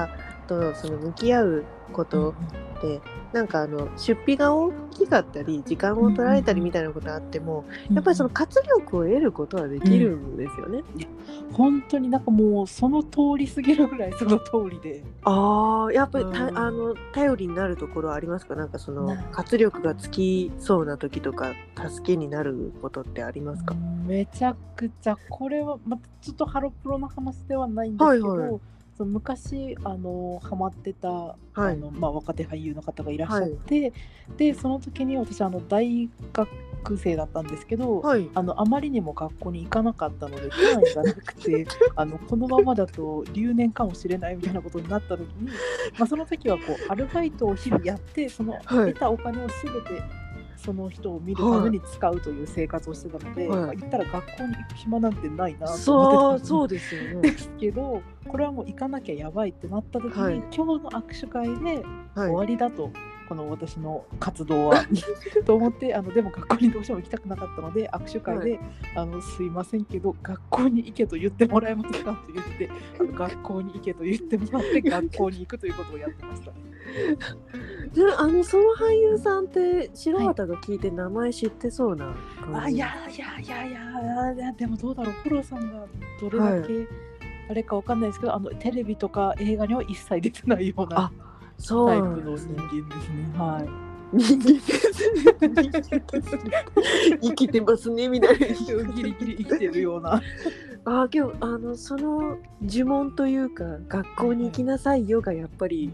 とその向き合うことで、なんか出費が大きかったり時間を取られたりみたいなことがあっても、やっぱりその活力を得ることはできるんですよね。 本当になんかもうその通り過ぎるぐらいその通りで。 やっぱり頼りになるところはありますか？なんかその活力が尽きそうな時とか助けになることってありますか？ めちゃくちゃこれはまたちょっとハロプロの話ではないんですけど、その昔ハマってた、若手俳優の方がいらっしゃって、でその時に私大学生だったんですけど、あまりにも学校に行かなかったので単位がなくてこのままだと留年かもしれないみたいなことになった時に、その時はこうアルバイトを日々やってその得たお金を全てその人を見るために使うという生活をしてたので、言ったら学校に行く暇なんてないなと思ってたんですけど、これはもう行かなきゃやばいってなった時に、今日の握手会で終わりだと、この私の活動はと思ってでも学校にどうしても行きたくなかったので握手会で、すいませんけど学校に行けと言ってもらえますかと言って学校に行けと言ってもらって学校に行くということをやってました。 でその俳優さんって白畑が聞いて名前知ってそうな感じ。 いやでもどうだろう、フォローさんがどれだけあれかわかんないですけど、テレビとか映画には一切出てないようなタイプの人間ですね。 人間ですね。生きてますねみたいな。 ギリギリ生きてるような。 今日その呪文というか学校に行きなさいよがやっぱり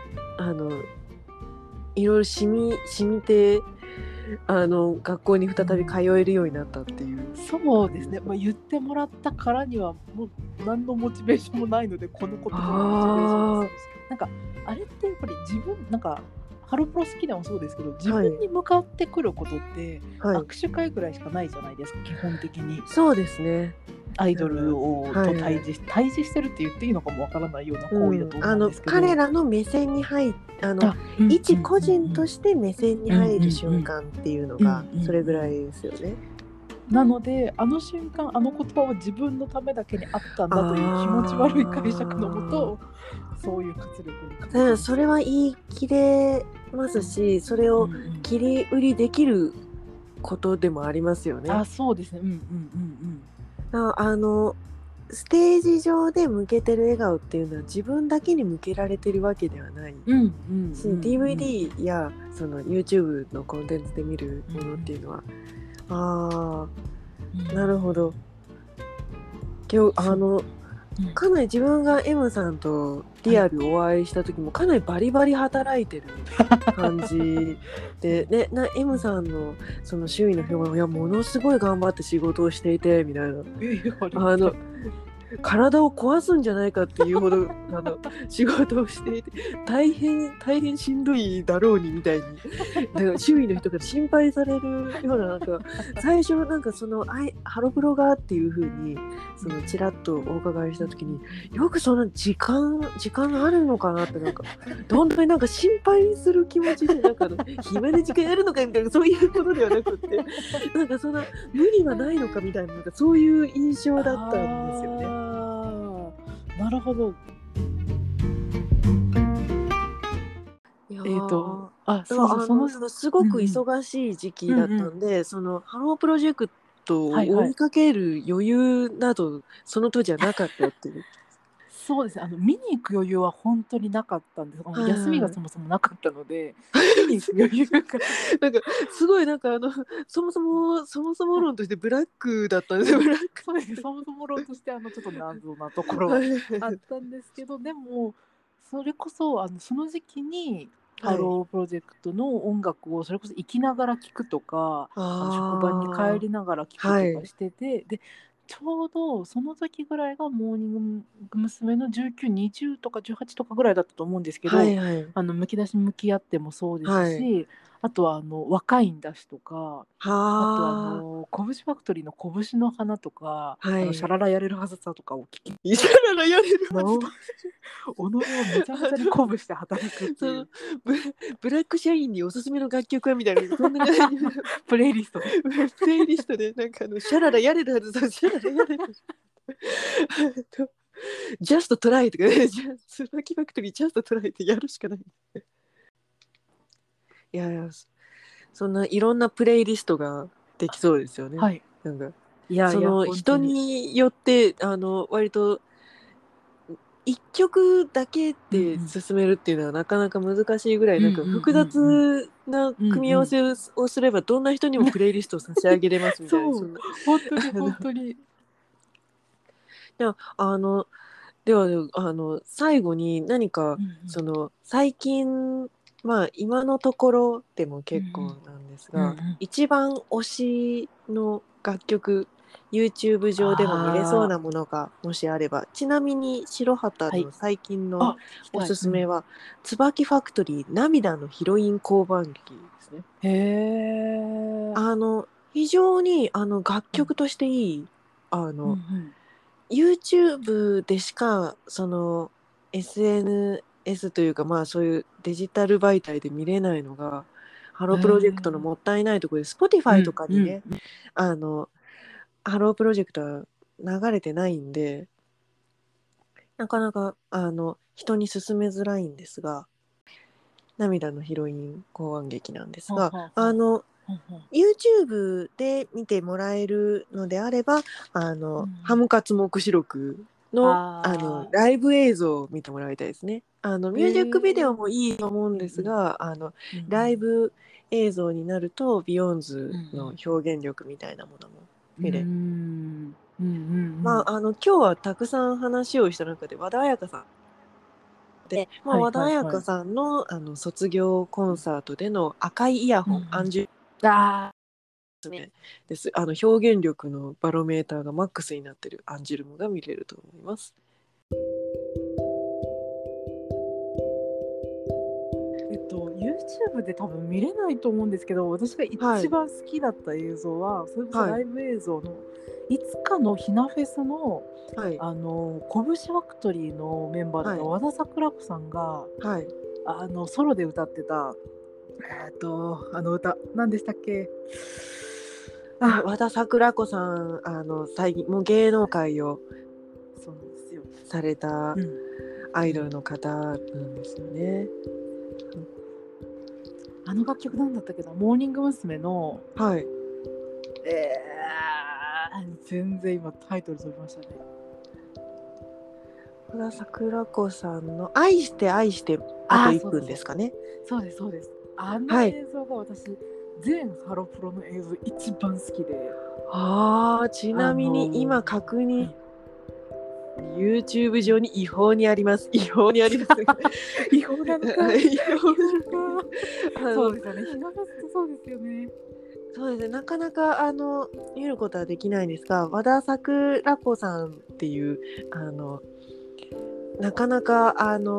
いろいろ染みて学校に再び通えるようになったっていう。 そうですね、言ってもらったからにはもう何のモチベーションもないのでこのことのモチベーションです。なんかあれってやっぱり自分なんかハロプロ好きでもそうですけど自分に向かってくることって、握手会ぐらいしかないじゃないですか、基本的に。 そうですね。 アイドルと対峙してるって言っていいのかもわからないような行為だと思うんですけど、 彼らの目線に入一個人として目線に入る瞬間っていうのがそれぐらいですよね。 なので瞬間言葉は自分のためだけにあったんだという気持ち悪い解釈のもとそういう活力に感じます。 それは言い切れますし、それを切り売りできることでもありますよね。 そうですね。 ステージ上で向けてる笑顔っていうのは自分だけに向けられてるわけではないし、DVD やその YouTube のコンテンツで見るものっていうのは、なるほど。今日かなり自分が M さんとリアルお会いした時もかなりバリバリ働いてる感じで、ね、M さんのその周囲の評判はものすごい頑張って仕事をしていてみたいな、体を壊すんじゃないかっていうほど仕事をしていて大変しんどいだろうにみたいにだから周囲の人から心配されるような、なんか最初なんかそのハロプロがっていう風にそのちらっとお伺いした時によくそんな時間あるのかなってなんか本当になんか心配する気持ちでなんか暇な時間あるのかみたいなそういうことではなくってなんかそんな無理はないのかみたいな、なんかそういう印象だったんですよね。 なるほど。 すごく忙しい時期だったんで、そのハロープロジェクトを追いかける余裕などその当時はなかったっていう。 そうですね、見に行く余裕は本当になかったんです。休みがそもそもなかったので見に行く余裕がなんかすごいなんかそもそも論としてブラックだったんですよ。 そもそも論としてちょっと謎なところはあったんですけどでもそれこそその時期にハロープロジェクトの音楽をそれこそ行きながら聴くとか職場に帰りながら聴くとかしてて、でちょうどその時ぐらいがモーニング娘。の19、20とか18とかぐらいだったと思うんですけど、むき出し向き合ってもそうですし、あとは若いんだしとか、あと拳ファクトリーの拳の花とか、シャララやれるはずさとかを聞き、 シャララやれるはずさ己をめちゃめちゃに鼓舞して働くっていうブラック社員におすすめの楽曲はみたいなそんな感じプレイリストでなんかシャララやれるはずさシャララやれるジャストトライとかね、椿ファクトリージャストトライってやるしかない。いやいや、そんないろんなプレイリストができそうですよね。 はい。 なんかいやいや、 その人によって割と一曲だけで進めるっていうのはなかなか難しいぐらい、なんか複雑な組み合わせをすればどんな人にもプレイリストを差し上げれますみたいな。 そう、本当に本当に。 では最後に何か、その最近今のところでも結構なんですが、一番推しの楽曲 YouTube 上でも見れそうなものがもしあれば。ちなみに白畑の最近のおすすめは、椿ファクトリー涙のヒロイン交番劇ですね。 へー。 非常に楽曲としていい、YouTube でしかその SNS というかそういうデジタル媒体で見れないのがハロープロジェクトのもったいないところで、Spotify とかにね、ハロープロジェクトは流れてないんでなかなか人に勧めづらいんですが、涙のヒロイン公安劇なんですが、YouTube で見てもらえるのであればハムカツ黙示録のライブ映像を見てもらいたいですね。ミュージックビデオもいいと思うんですが、ライブ映像になるとビヨンズの表現力みたいなものも見れる。今日はたくさん話をした中で和田彩香さんで、和田彩香さんの、卒業コンサートでの赤いイヤホン、アンジュです。表現力のバロメーターがマックスになっているアンジュルムが見れると思います。 YouTube で多分見れないと思うんですけど、私が一番好きだった映像は、それこそライブ映像のいつかのひなフェスの、拳ファクトリーのメンバーだった和田桜子さんが、ソロで歌ってた歌何でしたっけ。 和田桜子さん最近もう芸能界をそうなんですよされたアイドルの方なんですよね。 楽曲なんだったっけな、モーニング娘。の全然今タイトル飛びましたね。 和田桜子さんの愛して愛してあと1分ですかね。 そうですそうです。映像が私、全ハロプロの映像一番好きで。 ちなみに今確認、YouTube 上に違法にあります。違法にあります。 違法なのか。 違法そうですよね。ひなフェスってそうですよね。 そうですね。なかなか見ることはできないんですが、和田桜子さんっていうなかなか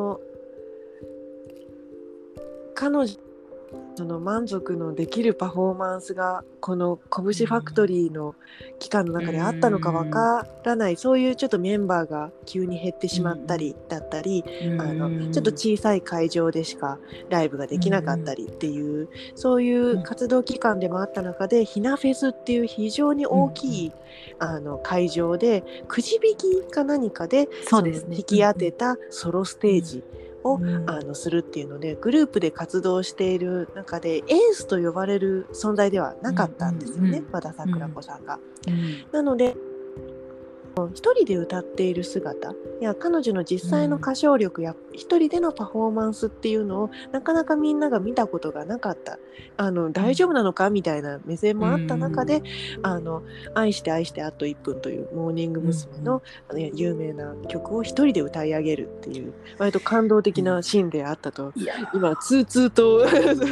彼女の満足のできるパフォーマンスがこの拳ファクトリーの期間の中であったのかわからない、そういうちょっとメンバーが急に減ってしまったりだったり、ちょっと小さい会場でしかライブができなかったりっていう、そういう活動期間でもあった中で、ひなフェスっていう非常に大きい会場でくじ引きか何かで引き当てたソロステージをするっていうので、グループで活動している中でエースと呼ばれる存在ではなかったんですよね、和田桜子さんが。なので一人で歌っている姿や彼女の実際の歌唱力や一人でのパフォーマンスっていうのをなかなかみんなが見たことがなかった、大丈夫なのかみたいな目線もあった中で、愛して愛してあと1分というモーニング娘。の、有名な曲を一人で歌い上げるっていう割と感動的なシーンであったと、今ツーツーと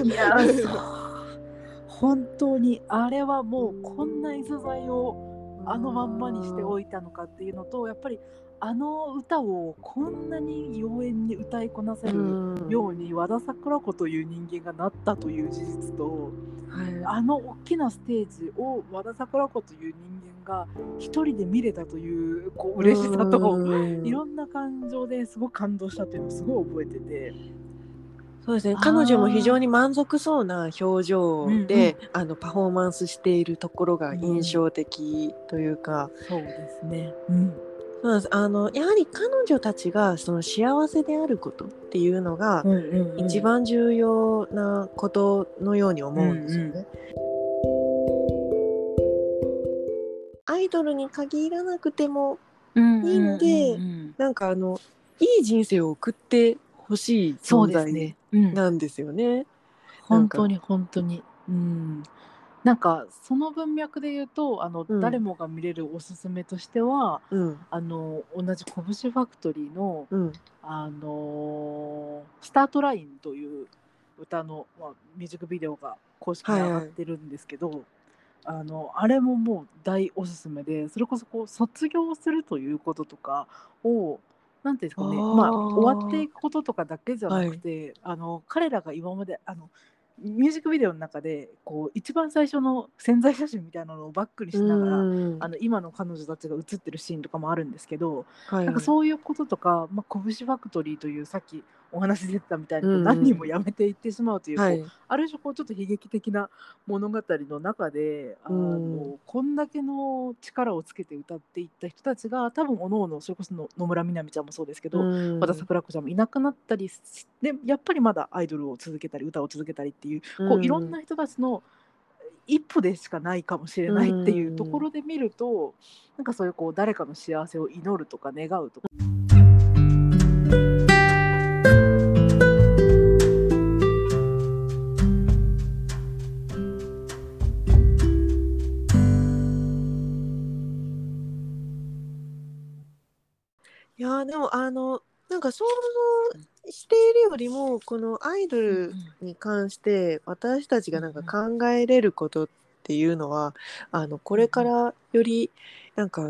本当にあれはもうこんな素材をまんまにしておいたのかっていうのと、やっぱり歌をこんなに妖艶に歌いこなせるように和田桜子という人間がなったという事実と、大きなステージを和田桜子という人間が一人で見れたという嬉しさと、いろんな感情ですごく感動したっていうのをすごい覚えてて。 そうですね、彼女も非常に満足そうな表情で、パフォーマンスしているところが印象的というか、 そうですね、 やはり彼女たちがその幸せであることっていうのが一番重要なことのように思うんですよね。アイドルに限らなくてもいいので、なんかいい人生を送ってほしい存在なんですよね。 本当に本当に。なんかその文脈で言うと誰もが見れるおすすめとしては、同じこぶしファクトリーの、スタートラインという歌の、ミュージックビデオが公式に上がってるんですけど、あれももう大おすすめで、それこそこう卒業するということとかをなんていうんですかね、終わっていくこととかだけじゃなくて、彼らが今までミュージックビデオの中でこう一番最初の宣材写真みたいなのをバックにしながら今の彼女たちが映ってるシーンとかもあるんですけど、なんかそういうこととか、こぶしファクトリーというさっきお話出てたみたいに何人も辞めていってしまうという、ある種こうちょっと悲劇的な物語の中でこんだけの力をつけて歌っていった人たちが多分おのおのそれこそ野村みなみちゃんもそうですけど、また桜子ちゃんもいなくなったりで、やっぱりまだアイドルを続けたり歌を続けたりっていう、こういろんな人たちの一歩でしかないかもしれないっていうところで見ると、なんかそういうこう誰かの幸せを祈るとか願うとか。 いやでもなんか想像しているよりもこのアイドルに関して私たちがなんか考えれることっていうのはこれからよりなんか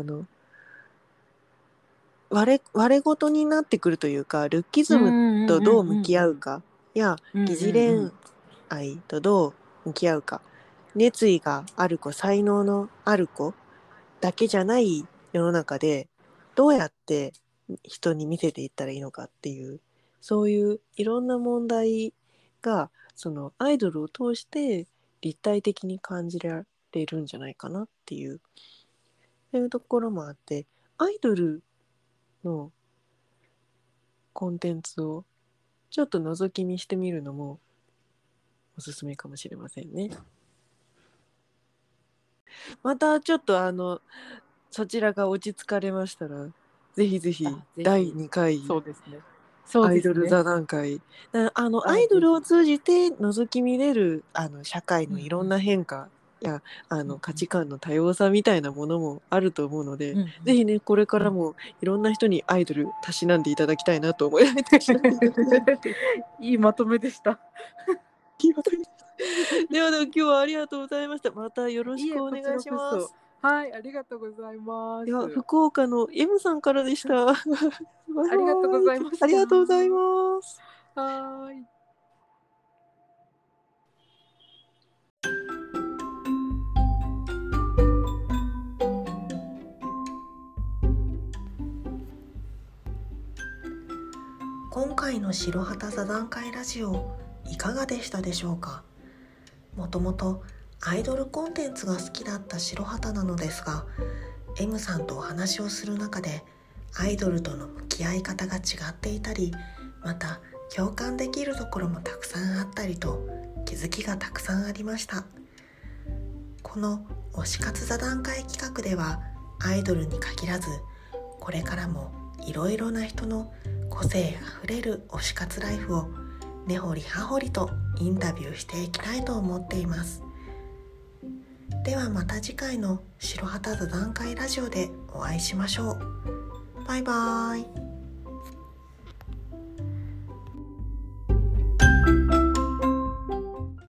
割れ事になってくるというか、ルッキズムとどう向き合うかや疑似恋愛とどう向き合うか、熱意がある子才能のある子だけじゃない世の中でどうやって人に見せていったらいいのかっていう、そういういろんな問題がそのアイドルを通して立体的に感じられるんじゃないかなっていう、そういうところもあって、アイドルのコンテンツをちょっと覗き見してみるのもおすすめかもしれませんね。またちょっとそちらが落ち着かれましたらぜひぜひ第2回アイドル座談会、アイドルを通じて覗き見れる社会のいろんな変化や価値観の多様さみたいなものもあると思うので、ぜひねこれからもいろんな人にアイドルたしなんでいただきたいなと思います。 いいまとめでした。 では今日はありがとうございました。またよろしくお願いします。 はい、ありがとうございます。 では福岡の M さんからでした。 ありがとうございます。 ありがとうございます。 はい。 今回の白旗座談会ラジオいかがでしたでしょうか。もともとアイドルコンテンツが好きだった白旗なのですが、 M さんとお話をする中でアイドルとの向き合い方が違っていたり、また共感できるところもたくさんあったりと気づきがたくさんありました。この推し活座談会企画ではアイドルに限らずこれからもいろいろな人の個性あふれる推し活ライフを根掘り葉掘りとインタビューしていきたいと思っています。ではまた次回の白旗座談会ラジオでお会いしましょう。バイバーイ。